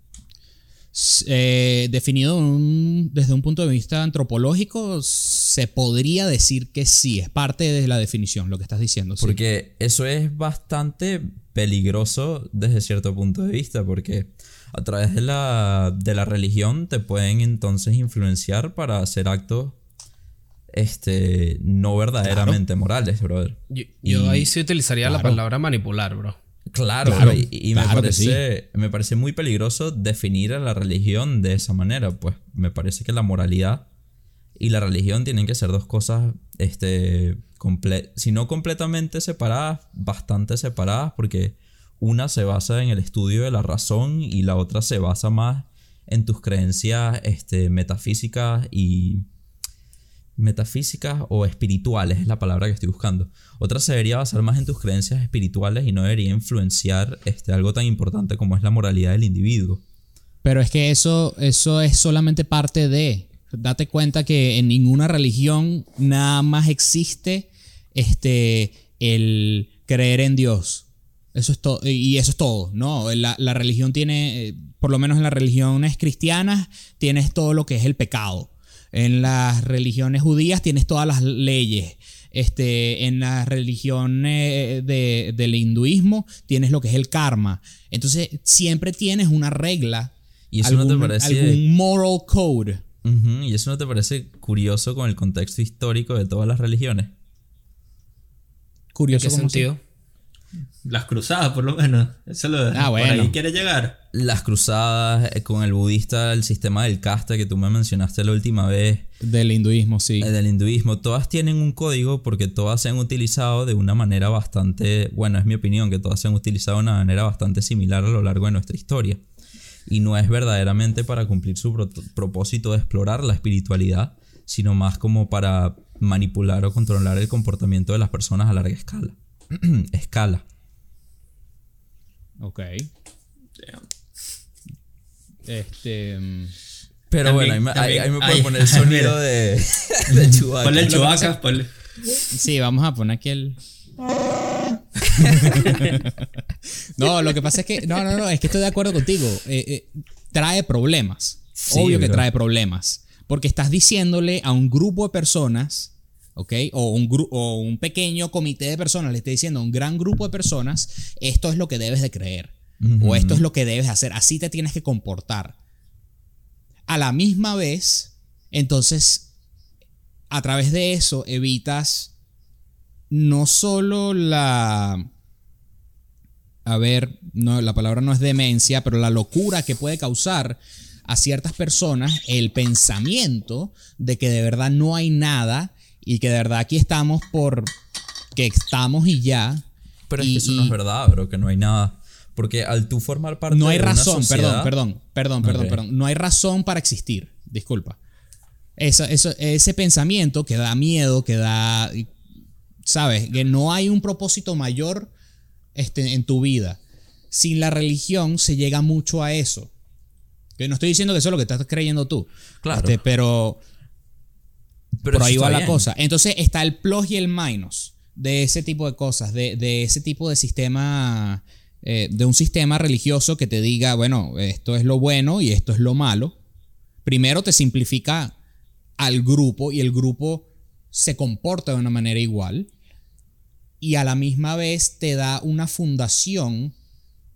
Eh, definido un, desde un punto de vista antropológico, se podría decir que sí, es parte de la definición lo que estás diciendo. Sí. Porque eso es bastante peligroso desde cierto punto de vista, porque a través de la, de la religión te pueden entonces influenciar para hacer actos este, no verdaderamente claro. morales, brother. Yo, yo y, ahí sí utilizaría claro. la palabra manipular, bro. Claro, claro y, y claro me, parece, sí. me parece muy peligroso definir a la religión de esa manera. Pues me parece que la moralidad y la religión tienen que ser dos cosas, este, comple- si no completamente separadas, bastante separadas, porque una se basa en el estudio de la razón y la otra se basa más en tus creencias este, metafísicas y... metafísicas o espirituales es la palabra que estoy buscando. Otra se debería basar más en tus creencias espirituales y no debería influenciar este, algo tan importante como es la moralidad del individuo. Pero es que eso, eso es solamente parte de... Date cuenta que en ninguna religión nada más existe este, el creer en Dios. Eso es todo, y eso es todo, ¿no? La, la religión tiene, por lo menos en las religiones cristianas, tienes todo lo que es el pecado. En las religiones judías tienes todas las leyes. Este, en las religiones de, del hinduismo tienes lo que es el karma. Entonces siempre tienes una regla. ¿Y eso algún, no te parece, algún moral code? Uh-huh, ¿Y eso no te parece curioso con el contexto histórico de todas las religiones? Curioso. ¿En qué sentido? Las cruzadas, por lo menos. Eso lo, ah, bueno. Por ahí quiere llegar. Las cruzadas, eh, con el budista, el sistema del casta que tú me mencionaste la última vez. Del hinduismo, sí. Eh, del hinduismo. Todas tienen un código porque todas se han utilizado de una manera bastante... Bueno, es mi opinión que todas se han utilizado de una manera bastante similar a lo largo de nuestra historia. Y no es verdaderamente para cumplir su pro- propósito de explorar la espiritualidad, sino más como para manipular o controlar el comportamiento de las personas a larga escala. escala. Ok. Este. Pero también, bueno, ahí me, ahí, ahí me pueden poner el sonido de, de Chewbacca. Ponle el Chewbacca, ponle. Sí, vamos a poner aquí el. No, lo que pasa es que. No, no, no, es que estoy de acuerdo contigo. Eh, eh, trae problemas. Sí, Obvio que bro. trae problemas. Porque estás diciéndole a un grupo de personas, ¿ok? O un, gru- o un pequeño comité de personas, le está diciendo a un gran grupo de personas, esto es lo que debes de creer. Uh-huh. O esto es lo que debes hacer. Así te tienes que comportar. A la misma vez, entonces, a través de eso evitas no solo la... A ver, no, la palabra no es demencia, pero la locura que puede causar a ciertas personas el pensamiento de que de verdad no hay nada y que de verdad aquí estamos por que estamos y ya. Pero y, es que eso y no es verdad, bro, que no hay nada. Porque al tú formar parte no hay de razón, una sociedad... perdón, perdón, perdón, perdón, Ok. perdón. No hay razón para existir, disculpa. Eso, eso, ese pensamiento que da miedo, que da, ¿sabes? Que no hay un propósito mayor este, en tu vida. Sin la religión se llega mucho a eso. Que no estoy diciendo que eso es lo que estás creyendo tú. Claro. Este, pero Pero por ahí eso va está la bien. cosa. Entonces está el plus y el minus de ese tipo de cosas, de, de ese tipo de sistema, eh, de un sistema religioso que te diga, bueno, esto es lo bueno y esto es lo malo. Primero te simplifica al grupo y el grupo se comporta de una manera igual y a la misma vez te da una fundación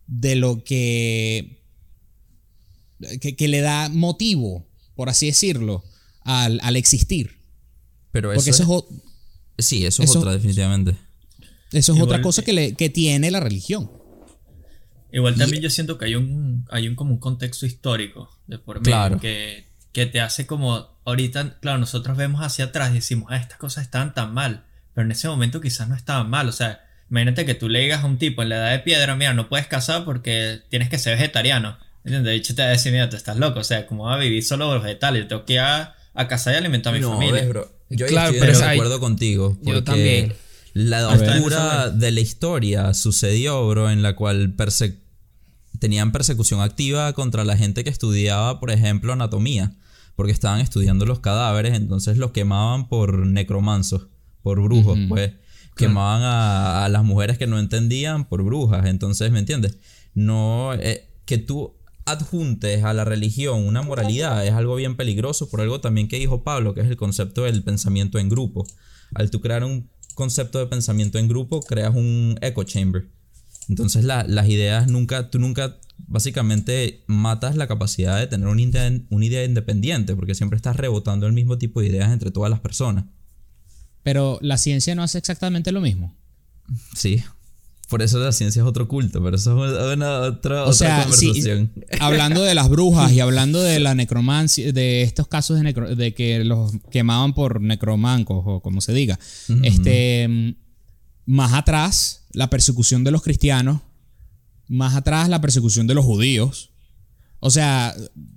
de lo que, que, que le da motivo, por así decirlo, al, al existir. Pero Porque eso, eso es, es, sí, eso es eso- otra definitivamente. eso es Igual- otra cosa que, le, que tiene la religión. Igual Y- también yo siento que hay un, hay un como un contexto histórico de por medio Claro. que, que te hace como, ahorita, claro, nosotros vemos hacia atrás y decimos, ah, estas cosas estaban tan mal, pero en ese momento quizás no estaban mal, o sea, imagínate que tú le digas a un tipo en la edad de piedra, mira, no puedes casar porque tienes que ser vegetariano, ¿entiendes? De hecho te va a decir, mira, tú estás loco, o sea, ¿cómo vas a vivir solo de vegetales? Yo tengo que ir a, a cazar y alimentar a mi No, familia. ves, bro. Yo ahí Claro, estoy pero de hay- acuerdo contigo. yo porque también. La A ver. oscura de la historia sucedió, bro, en la cual perse- tenían persecución activa contra la gente que estudiaba, por ejemplo, anatomía. Porque estaban estudiando los cadáveres, entonces los quemaban por necromansos, por brujos, Ujú. pues. Quemaban a, a las mujeres que no entendían por brujas. Entonces, ¿me entiendes? No, eh, que tú adjuntes a la religión una moralidad es algo bien peligroso, por algo también que dijo Pablo, que es el concepto del pensamiento en grupo. Al tú crear un concepto de pensamiento en grupo, creas un echo chamber. Entonces la- las ideas nunca, tú nunca básicamente matas la capacidad de tener una idea, una idea independiente, porque siempre estás rebotando el mismo tipo de ideas entre todas las personas. Pero la ciencia no hace exactamente lo mismo. Sí. Por eso la ciencia es otro culto, pero eso es una, una- otra, O otra sea, sí, conversación. hablando de las brujas y hablando de la necromancia, de estos casos de, necro- de que los quemaban por necromancos o como se diga, Ujú. este, mm, más atrás la persecución de los cristianos, más atrás la persecución de los judíos. O sea,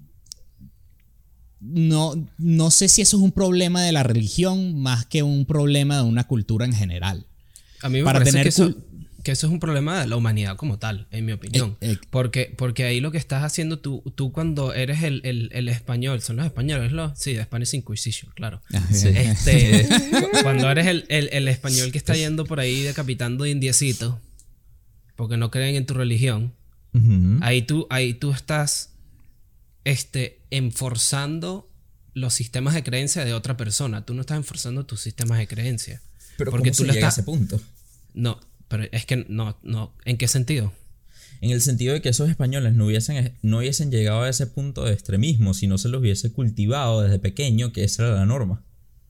no, no sé si eso es un problema de la religión más que un problema de una cultura en general. A mí me Para parece tener que eso, cul- que eso es un problema de la humanidad como tal, en mi opinión. Eh, eh. Porque, porque ahí lo que estás haciendo tú, tú cuando eres el, el, el español, son los españoles, ¿no? Sí, de Spanish Inquisition, claro. Sí. Este, cuando eres el, el, el español que está yendo por ahí decapitando indiecitos, porque no creen en tu religión, Ujú. ahí tú, ahí tú estás este, enforzando los sistemas de creencia de otra persona. Tú no estás enforzando tus sistemas de creencia. Pero porque ¿cómo tú se le llega estás- a ese punto? No, pero es que no, no. ¿En qué sentido? En el sentido de que esos españoles no hubiesen, no hubiesen llegado a ese punto de extremismo si no se los hubiese cultivado desde pequeño, que esa era la norma.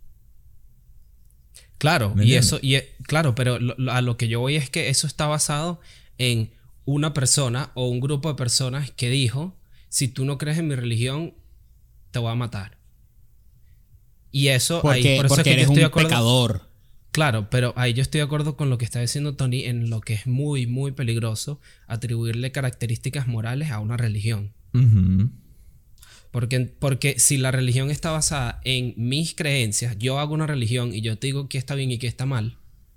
Claro, ¿Me y entiendes? eso, y e- claro, pero lo- lo- a lo que yo voy es que eso está basado en una persona o un grupo de personas que dijo, si tú no crees en mi religión, te voy a matar. Y eso, ahí, Porque, por eso es porque que yo eres estoy de un acuerdo. pecador. Claro, pero ahí yo estoy de acuerdo con lo que está diciendo Tony en lo que es muy, muy peligroso atribuirle características morales a una religión. Ujú. Porque, porque si la religión está basada en mis creencias, yo hago una religión y yo te digo qué está bien y qué está mal,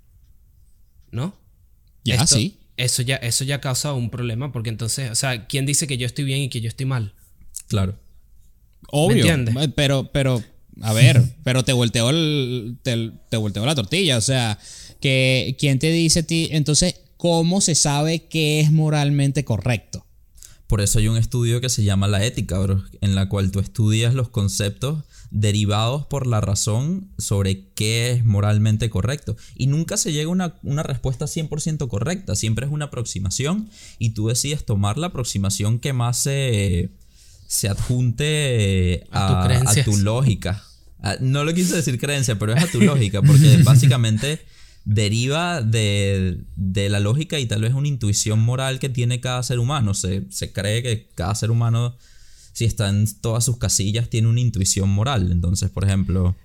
¿no? Ya, Esto- sí. Eso ya, eso ya causa un problema porque entonces, o sea, ¿quién dice que yo estoy bien y que yo estoy mal? Claro. Obvio. entiendes? eh, Pero, pero, a ver, pero te volteó el, te, te volteó la tortilla. O sea, que ¿quién te dice a ti? Entonces, ¿cómo se sabe qué es moralmente correcto? Por eso hay un estudio que se llama la ética, bro, en la cual tú estudias los conceptos derivados por la razón sobre qué es moralmente correcto. Y nunca se llega a una, una respuesta cien por ciento correcta, siempre es una aproximación y tú decides tomar la aproximación que más se, se adjunte A tus a, a creencias. tu lógica. Ah, no lo quise decir creencia, pero es a tu lógica, porque básicamente deriva de, de la lógica y tal vez una intuición moral que tiene cada ser humano. Se, se cree que cada ser humano, si está en todas sus casillas, tiene una intuición moral. Entonces, por ejemplo,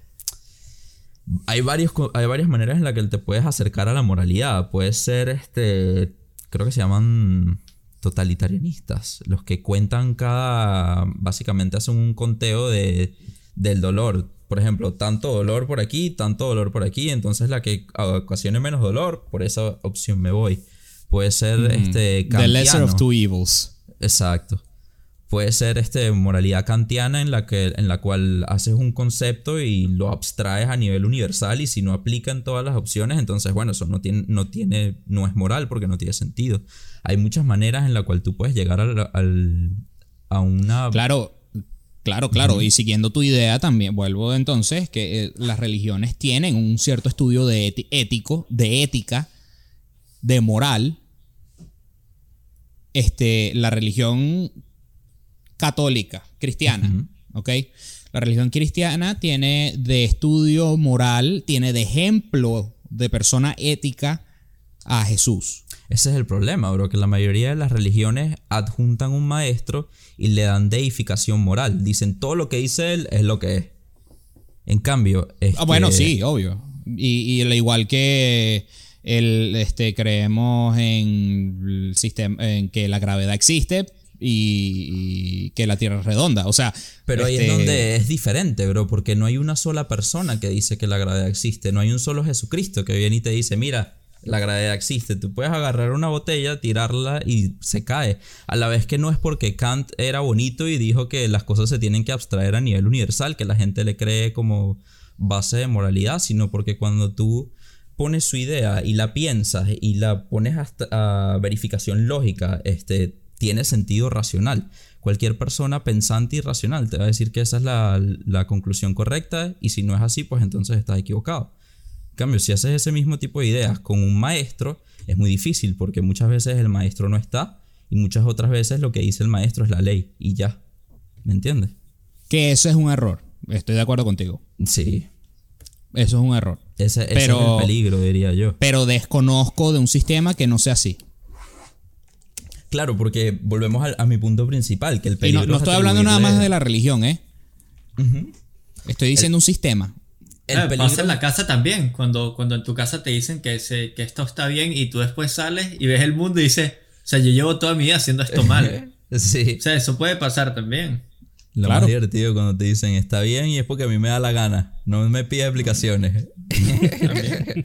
hay, varios, co- hay varias maneras en las que te puedes acercar a la moralidad. Puede ser, este, creo que se llaman totalitarianistas, los que cuentan cada, básicamente hacen un conteo de, del dolor. Por ejemplo, tanto dolor por aquí, tanto dolor por aquí, entonces la que ocasione menos dolor, por esa opción me voy. Puede ser este The lesser of kantiano. two evils. Exacto. Puede ser este moralidad kantiana en la que en la cual haces un concepto y lo abstraes a nivel universal y si no aplica en todas las opciones, entonces bueno, eso no tiene no tiene no es moral porque no tiene sentido. Hay muchas maneras en la cual tú puedes llegar al, al- a una Claro, claro, claro. Y siguiendo tu idea también, vuelvo entonces que eh, las religiones tienen un cierto estudio de eti- ético, de ética, de moral, este, la religión católica, cristiana, uh-huh. ¿ok? La religión cristiana tiene de estudio moral, tiene de ejemplo de persona ética a Jesús. Ese es el problema, bro, que la mayoría de las religiones adjuntan un maestro y le dan deificación moral. Dicen, todo lo que dice él es lo que es. En cambio... Este... Ah, bueno, sí, obvio. Y, y al igual que el, este, creemos en, el sistema, en que la gravedad existe y, y que la Tierra es redonda. O sea... Pero este... ahí es donde es diferente, bro, porque no hay una sola persona que dice que la gravedad existe. No hay un solo Jesucristo que viene y te dice, mira... La gravedad existe. Tú puedes agarrar una botella, tirarla y se cae. A la vez que no es porque Kant era bonito y dijo que las cosas se tienen que abstraer a nivel universal, que la gente le cree como base de moralidad, sino porque cuando tú pones su idea y la piensas y la pones hasta a verificación lógica, este, tiene sentido racional. Cualquier persona pensante y racional te va a decir que esa es la, la conclusión correcta, y si no es así, pues entonces estás equivocado. En cambio, si haces ese mismo tipo de ideas con un maestro, es muy difícil porque muchas veces el maestro no está y muchas otras veces lo que dice el maestro es la ley y ya. ¿Me entiendes? Que eso es un error. Estoy de acuerdo contigo. Sí. Eso es un error. Ese, ese pero, es el peligro, diría yo. Pero desconozco de un sistema que no sea así. Claro, porque volvemos a, a mi punto principal, que el peligro... Y no, no estoy hablando nada más de la religión, ¿eh? Uh-huh. Estoy diciendo el, un sistema. El ah, peligro pasa en la casa también, cuando, cuando en tu casa te dicen que, se, que esto está bien y tú después sales y ves el mundo y dices, o sea, yo llevo toda mi vida haciendo esto mal. Sí. O sea, eso puede pasar también. Lo claro. más divertido cuando te dicen está bien y es porque a mí me da la gana, no me pides explicaciones. También.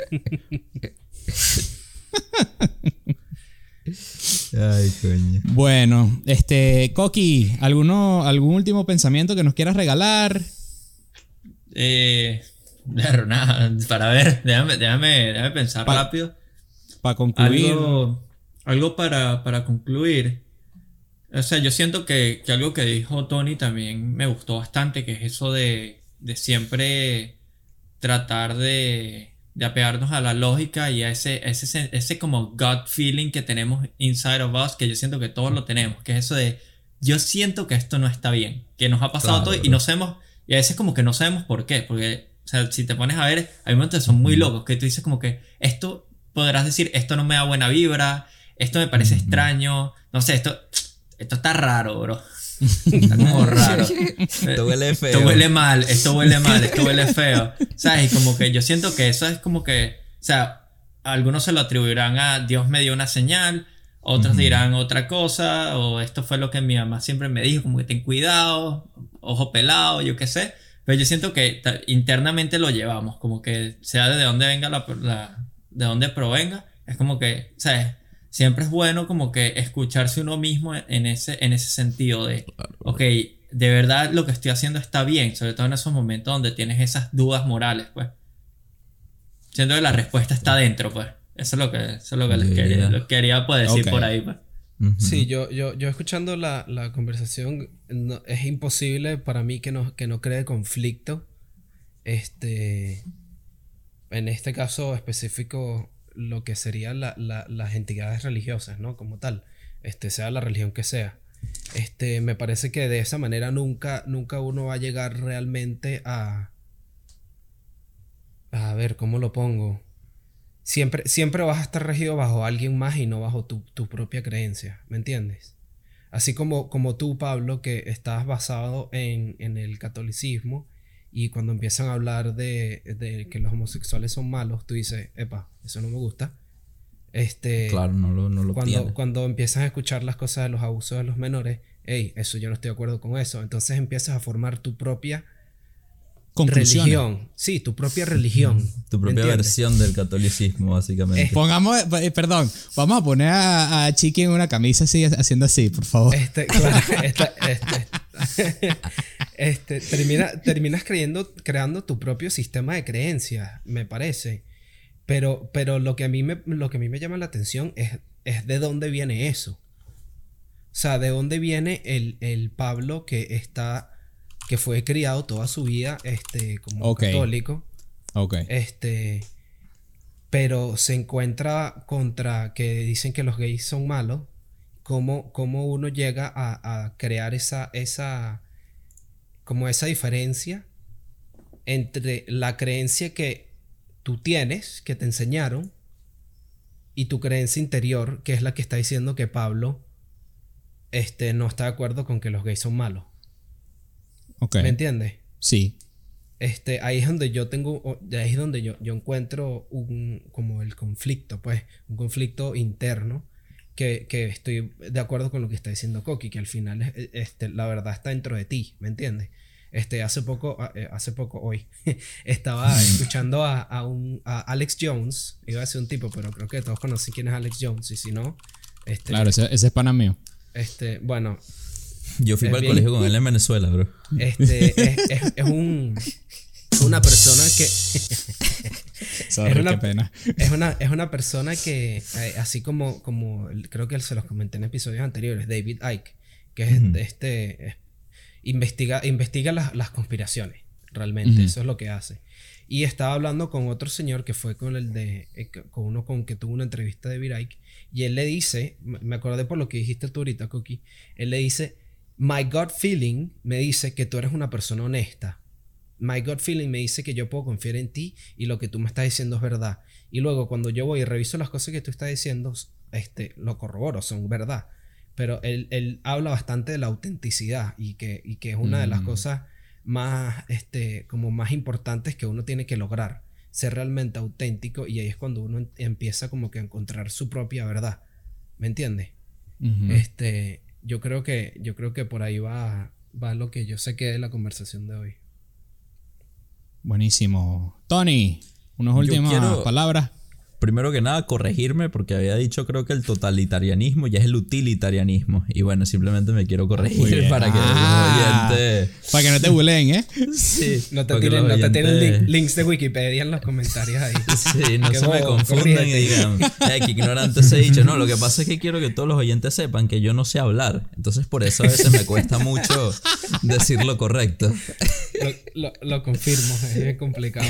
Ay, coño. Bueno, este, Coqui, ¿alguno, ¿algún último pensamiento que nos quieras regalar? Eh... Claro, nada, para ver, déjame, déjame, déjame pensar pa, rápido. Para concluir. Algo, algo para, para concluir. O sea, yo siento que, que algo que dijo Tony también me gustó bastante, que es eso de, de siempre tratar de, de apegarnos a la lógica y a ese, ese, ese como gut feeling que tenemos inside of us, que yo siento que todos lo tenemos, que es eso de, yo siento que esto no está bien, que nos ha pasado claro, todo y no sabemos, y a veces como que no sabemos por qué, porque... O sea, si te pones a ver, hay momentos que son muy locos, que tú dices como que esto, podrás decir, esto no me da buena vibra, esto me parece uh-huh. extraño, no sé, esto, esto está raro, bro. Está como raro. Esto huele feo. Esto huele mal, esto huele mal, esto huele feo. ¿Sabes? Y como que yo siento que eso es como que, o sea, algunos se lo atribuirán a Dios me dio una señal, otros uh-huh. dirán otra cosa, o esto fue lo que mi mamá siempre me dijo, como que ten cuidado, ojo pelado, yo qué sé. Pero yo siento que ta- internamente lo llevamos, como que sea de donde venga la, la de donde provenga, es como que, ¿sabes? Siempre es bueno como que escucharse uno mismo en ese, en ese sentido de, ok, de verdad lo que estoy haciendo está bien, sobre todo en esos momentos donde tienes esas dudas morales, pues. Siento que la respuesta está dentro, pues. Eso es lo que, eso es lo que les quería, lo quería pues, decir okay. por ahí, pues. Uh-huh. Sí, yo, yo, yo escuchando la, la conversación, no, es imposible para mí que no, que no cree conflicto. Este, en este caso específico, lo que serían la, la, las entidades religiosas, ¿no? Como tal, este, sea la religión que sea. Este, me parece que de esa manera nunca, nunca uno va a llegar realmente a... A ver, ¿cómo lo pongo? Siempre, siempre vas a estar regido bajo alguien más y no bajo tu, tu propia creencia, ¿me entiendes? Así como, como tú, Pablo, que estás basado en, en el catolicismo y cuando empiezan a hablar de, de que los homosexuales son malos, tú dices, epa, eso no me gusta. Este, claro, no lo, no lo cuando, cuando empiezas a escuchar las cosas de los abusos de los menores, hey, eso yo no estoy de acuerdo con eso. Entonces empiezas a formar tu propia... religión, sí, tu propia religión, tu propia versión del catolicismo, básicamente. Eh, pongamos, eh, perdón, vamos a poner a, a Chiqui en una camisa así, haciendo así, por favor. Este, claro, este, este, este, termina, terminas creyendo, creando tu propio sistema de creencias, me parece. Pero, pero lo que a mí me, lo que a mí me llama la atención es, es de dónde viene eso. O sea, de dónde viene el, el Pablo que está que fue criado toda su vida este, como okay. católico. Okay. Este, pero se encuentra contra que dicen que los gays son malos cómo, cómo uno llega a, a crear esa, esa, como esa diferencia entre la creencia que tú tienes, que te enseñaron, y tu creencia interior, que es la que está diciendo que Pablo este, no está de acuerdo con que los gays son malos. Okay. ¿Me entiendes? Sí. Este, ahí es donde yo tengo, ahí es donde yo, yo encuentro un, como el conflicto, pues, un conflicto interno, que, que estoy de acuerdo con lo que está diciendo Coqui, que al final es, este, la verdad está dentro de ti, ¿me entiendes? Este, hace poco, hace poco, hoy, estaba escuchando a, a, un, a Alex Jones, iba a decir un tipo, pero creo que todos conocen quién es Alex Jones, y si no, este, claro, ese, ese es pana mío. Este, bueno. Yo fui para el colegio con él en Venezuela, bro. Este, es, es, es un, una persona que... Sorry, es una, qué pena. Es una, es una persona que, así como, como creo que se los comenté en episodios anteriores, David Icke, que es uh-huh. este... Es, investiga investiga las, las conspiraciones, realmente, uh-huh. eso es lo que hace. Y estaba hablando con otro señor que fue con el de, eh, con uno con que tuvo una entrevista de David Icke, y él le dice, me acordé por lo que dijiste tú ahorita, Coqui, él le dice, my gut feeling me dice que tú eres una persona honesta. My gut feeling me dice que yo puedo confiar en ti y lo que tú me estás diciendo es verdad. Y luego cuando yo voy y reviso las cosas que tú estás diciendo, este, lo corroboro, son verdad. Pero él, él habla bastante de la autenticidad y que, y que es una mm. de las cosas más, este, como más importantes que uno tiene que lograr. Ser realmente auténtico, y ahí es cuando uno empieza como que a encontrar su propia verdad. ¿Me entiendes? Uh-huh. Este, yo creo que, yo creo que por ahí va, va lo que yo saqué de la conversación de hoy. Buenísimo. Tony, unas últimas quiero... palabras. Primero que nada, corregirme, porque había dicho creo que el totalitarianismo ya es el utilitarianismo. Y bueno, simplemente me quiero corregir para que ah, los oyentes... Para que no te buleen, ¿eh? Sí. No te tienen, oyentes... no te tienen link, links de Wikipedia en los comentarios ahí. Sí, no se bobo, me confundan y digan, ay, qué ignorante se ha dicho. No, lo que pasa es que quiero que todos los oyentes sepan que yo no sé hablar. Entonces por eso a veces me cuesta mucho decir lo correcto. Lo, lo, lo confirmo, es complicado.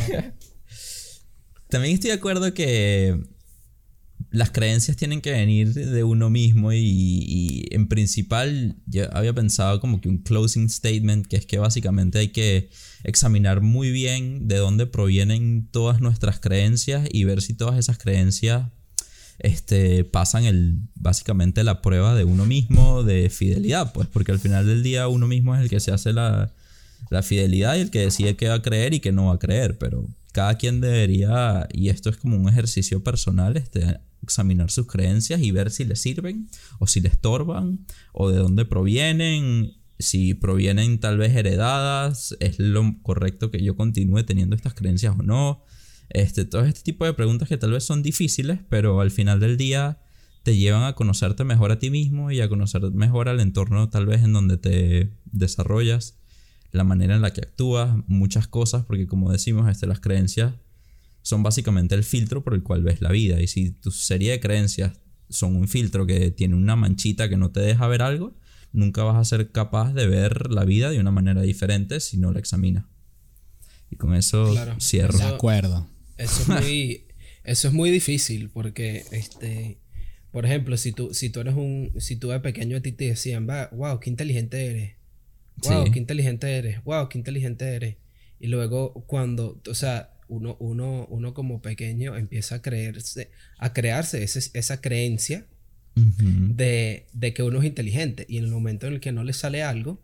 También estoy de acuerdo que las creencias tienen que venir de uno mismo y, y en principal yo había pensado como que un closing statement, que es que básicamente hay que examinar muy bien de dónde provienen todas nuestras creencias y ver si todas esas creencias este, pasan el, básicamente la prueba de uno mismo de fidelidad, pues porque al final del día uno mismo es el que se hace la, la fidelidad y el que decide qué va a creer y qué no va a creer, pero... Cada quien debería, y esto es como un ejercicio personal, este, examinar sus creencias y ver si les sirven o si les estorban o de dónde provienen, si provienen tal vez heredadas, es lo correcto que yo continúe teniendo estas creencias o no. Este, todo este tipo de preguntas que tal vez son difíciles, pero al final del día te llevan a conocerte mejor a ti mismo y a conocer mejor al entorno tal vez en donde te desarrollas. La manera en la que actúas, muchas cosas, porque como decimos, este, las creencias son básicamente el filtro por el cual ves la vida. Y si tu serie de creencias son un filtro que tiene una manchita que no te deja ver algo, nunca vas a ser capaz de ver la vida de una manera diferente si no la examinas. Y con eso claro, cierro. De acuerdo. Eso es muy, eso es muy difícil porque, este, por ejemplo, si tú, si tú eres un, si tú de pequeño a ti te decían, wow, qué inteligente eres. Wow, sí. qué inteligente eres. Wow, qué inteligente eres. Y luego cuando, o sea, uno, uno, uno como pequeño empieza a creerse, a crearse ese, esa creencia uh-huh. de, de que uno es inteligente. Y en el momento en el que no le sale algo,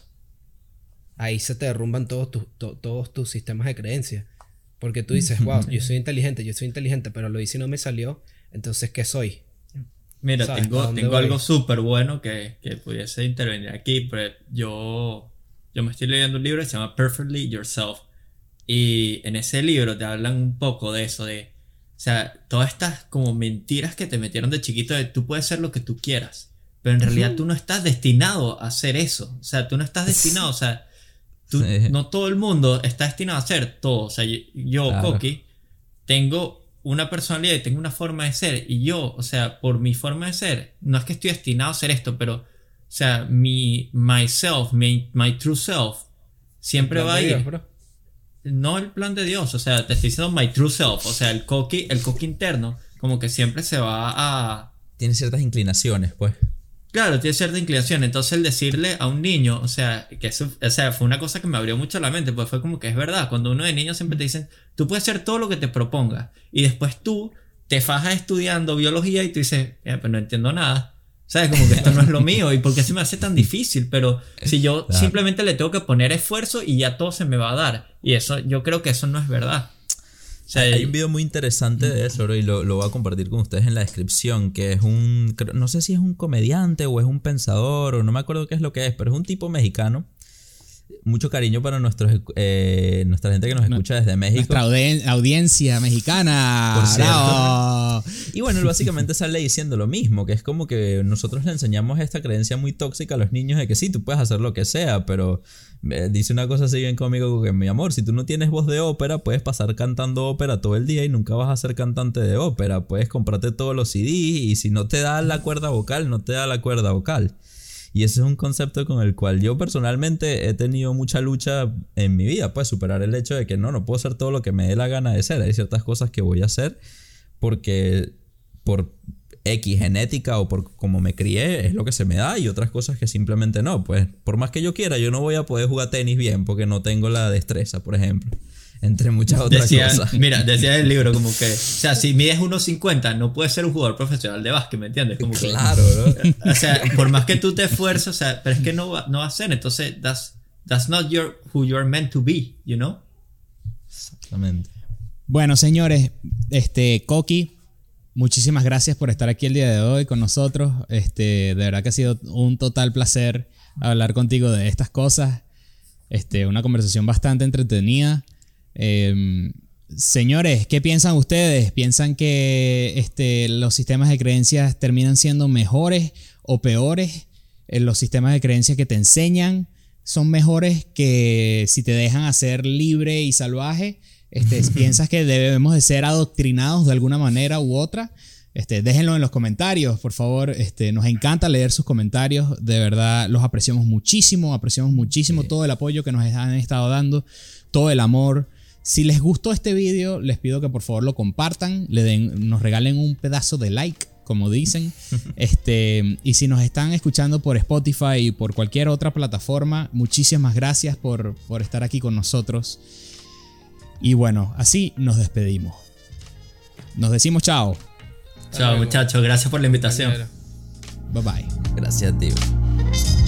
ahí se te derrumban todos tus, to, todos tus sistemas de creencias. Porque tú dices, wow, yo soy inteligente, yo soy inteligente, pero lo hice y no me salió. Entonces, ¿qué soy? Mira, ¿sabes? tengo, tengo algo súper bueno que, que pudiese intervenir aquí, pero yo, yo me estoy leyendo un libro que se llama Perfectly Yourself, y en ese libro te hablan un poco de eso, de, o sea, todas estas como mentiras que te metieron de chiquito de tú puedes ser lo que tú quieras, pero en realidad tú no estás destinado a hacer eso, o sea, tú no estás destinado, o sea, tú, sí. no todo el mundo está destinado a hacer todo, o sea, yo, yo claro. Coqui, tengo una personalidad y tengo una forma de ser, y yo, o sea, por mi forma de ser, no es que estoy destinado a hacer esto, pero, o sea, mi myself, mi my true self, siempre va a ir. Dios, no el plan de Dios, o sea, te estoy diciendo my true self, o sea, el Coqui, el Coqui interno, como que siempre se va a... Tiene ciertas inclinaciones, pues. Claro, tiene cierta inclinación. Entonces el decirle a un niño, o sea, que eso, o sea, fue una cosa que me abrió mucho la mente, pues fue como que es verdad. Cuando uno de niño siempre te dicen, tú puedes hacer todo lo que te propongas. Y después tú te fajas estudiando biología y tú dices, eh, pues no entiendo nada. ¿Sabes? Como que esto no es lo mío. ¿Y por qué se me hace tan difícil? Pero si yo claro. simplemente le tengo que poner esfuerzo y ya todo se me va a dar. Y eso, yo creo que eso no es verdad. O sea, hay un video muy interesante de eso, bro, y lo, lo voy a compartir con ustedes en la descripción, que es un, no sé si es un comediante o es un pensador o no me acuerdo qué es lo que es, pero es un tipo mexicano. Mucho cariño para nuestros, eh, nuestra gente que nos escucha desde México. Nuestra audien- audiencia mexicana. Por cierto. ¡Bravo! Y bueno, él básicamente sale diciendo lo mismo, que es como que nosotros le enseñamos esta creencia muy tóxica a los niños de que sí, tú puedes hacer lo que sea, pero eh, dice una cosa así bien cómico que mi amor, si tú no tienes voz de ópera, puedes pasar cantando ópera todo el día y nunca vas a ser cantante de ópera. Puedes comprarte todos los C Ds y si no te da la cuerda vocal, no te da la cuerda vocal. Y ese es un concepto con el cual yo personalmente he tenido mucha lucha en mi vida, pues superar el hecho de que no, no puedo hacer todo lo que me dé la gana de ser. Hay ciertas cosas que voy a hacer porque por X genética o por como me crié es lo que se me da y otras cosas que simplemente no. Pues por más que yo quiera, yo no voy a poder jugar tenis bien porque no tengo la destreza, por ejemplo. Entre muchas otras decía, cosas. Mira, decía en el libro como que, o sea, si mides uno cincuenta no puedes ser un jugador profesional de básquet, ¿me entiendes? Como que, Claro, ¿no? o sea, por más que tú te esfuerces, o sea, pero es que no va, no va a ser. Entonces, that's, that's not your, who you're meant to be, you know? Exactamente. Bueno, señores, este, Coqui, muchísimas gracias por estar aquí el día de hoy con nosotros. Este, de verdad que ha sido un total placer hablar contigo de estas cosas. Este, una conversación bastante entretenida. Eh, señores, ¿qué piensan ustedes? ¿Piensan que este, los sistemas de creencias terminan siendo mejores o peores? Eh, ¿Los sistemas de creencias que te enseñan son mejores que si te dejan hacer libre y salvaje? Este, ¿Piensas que debemos de ser adoctrinados de alguna manera u otra? Este, déjenlo en los comentarios, por favor. Este, nos encanta leer sus comentarios. De verdad, los apreciamos muchísimo. Apreciamos muchísimo sí. todo el apoyo que nos han estado dando, todo el amor. Si les gustó este video, les pido que por favor lo compartan, le den, nos regalen un pedazo de like, como dicen. este, y si nos están escuchando por Spotify y por cualquier otra plataforma, muchísimas gracias por, por estar aquí con nosotros. Y bueno, así nos despedimos. Nos decimos chao. Chao, muchachos. Gracias por la invitación. Bye bye. Gracias, tío.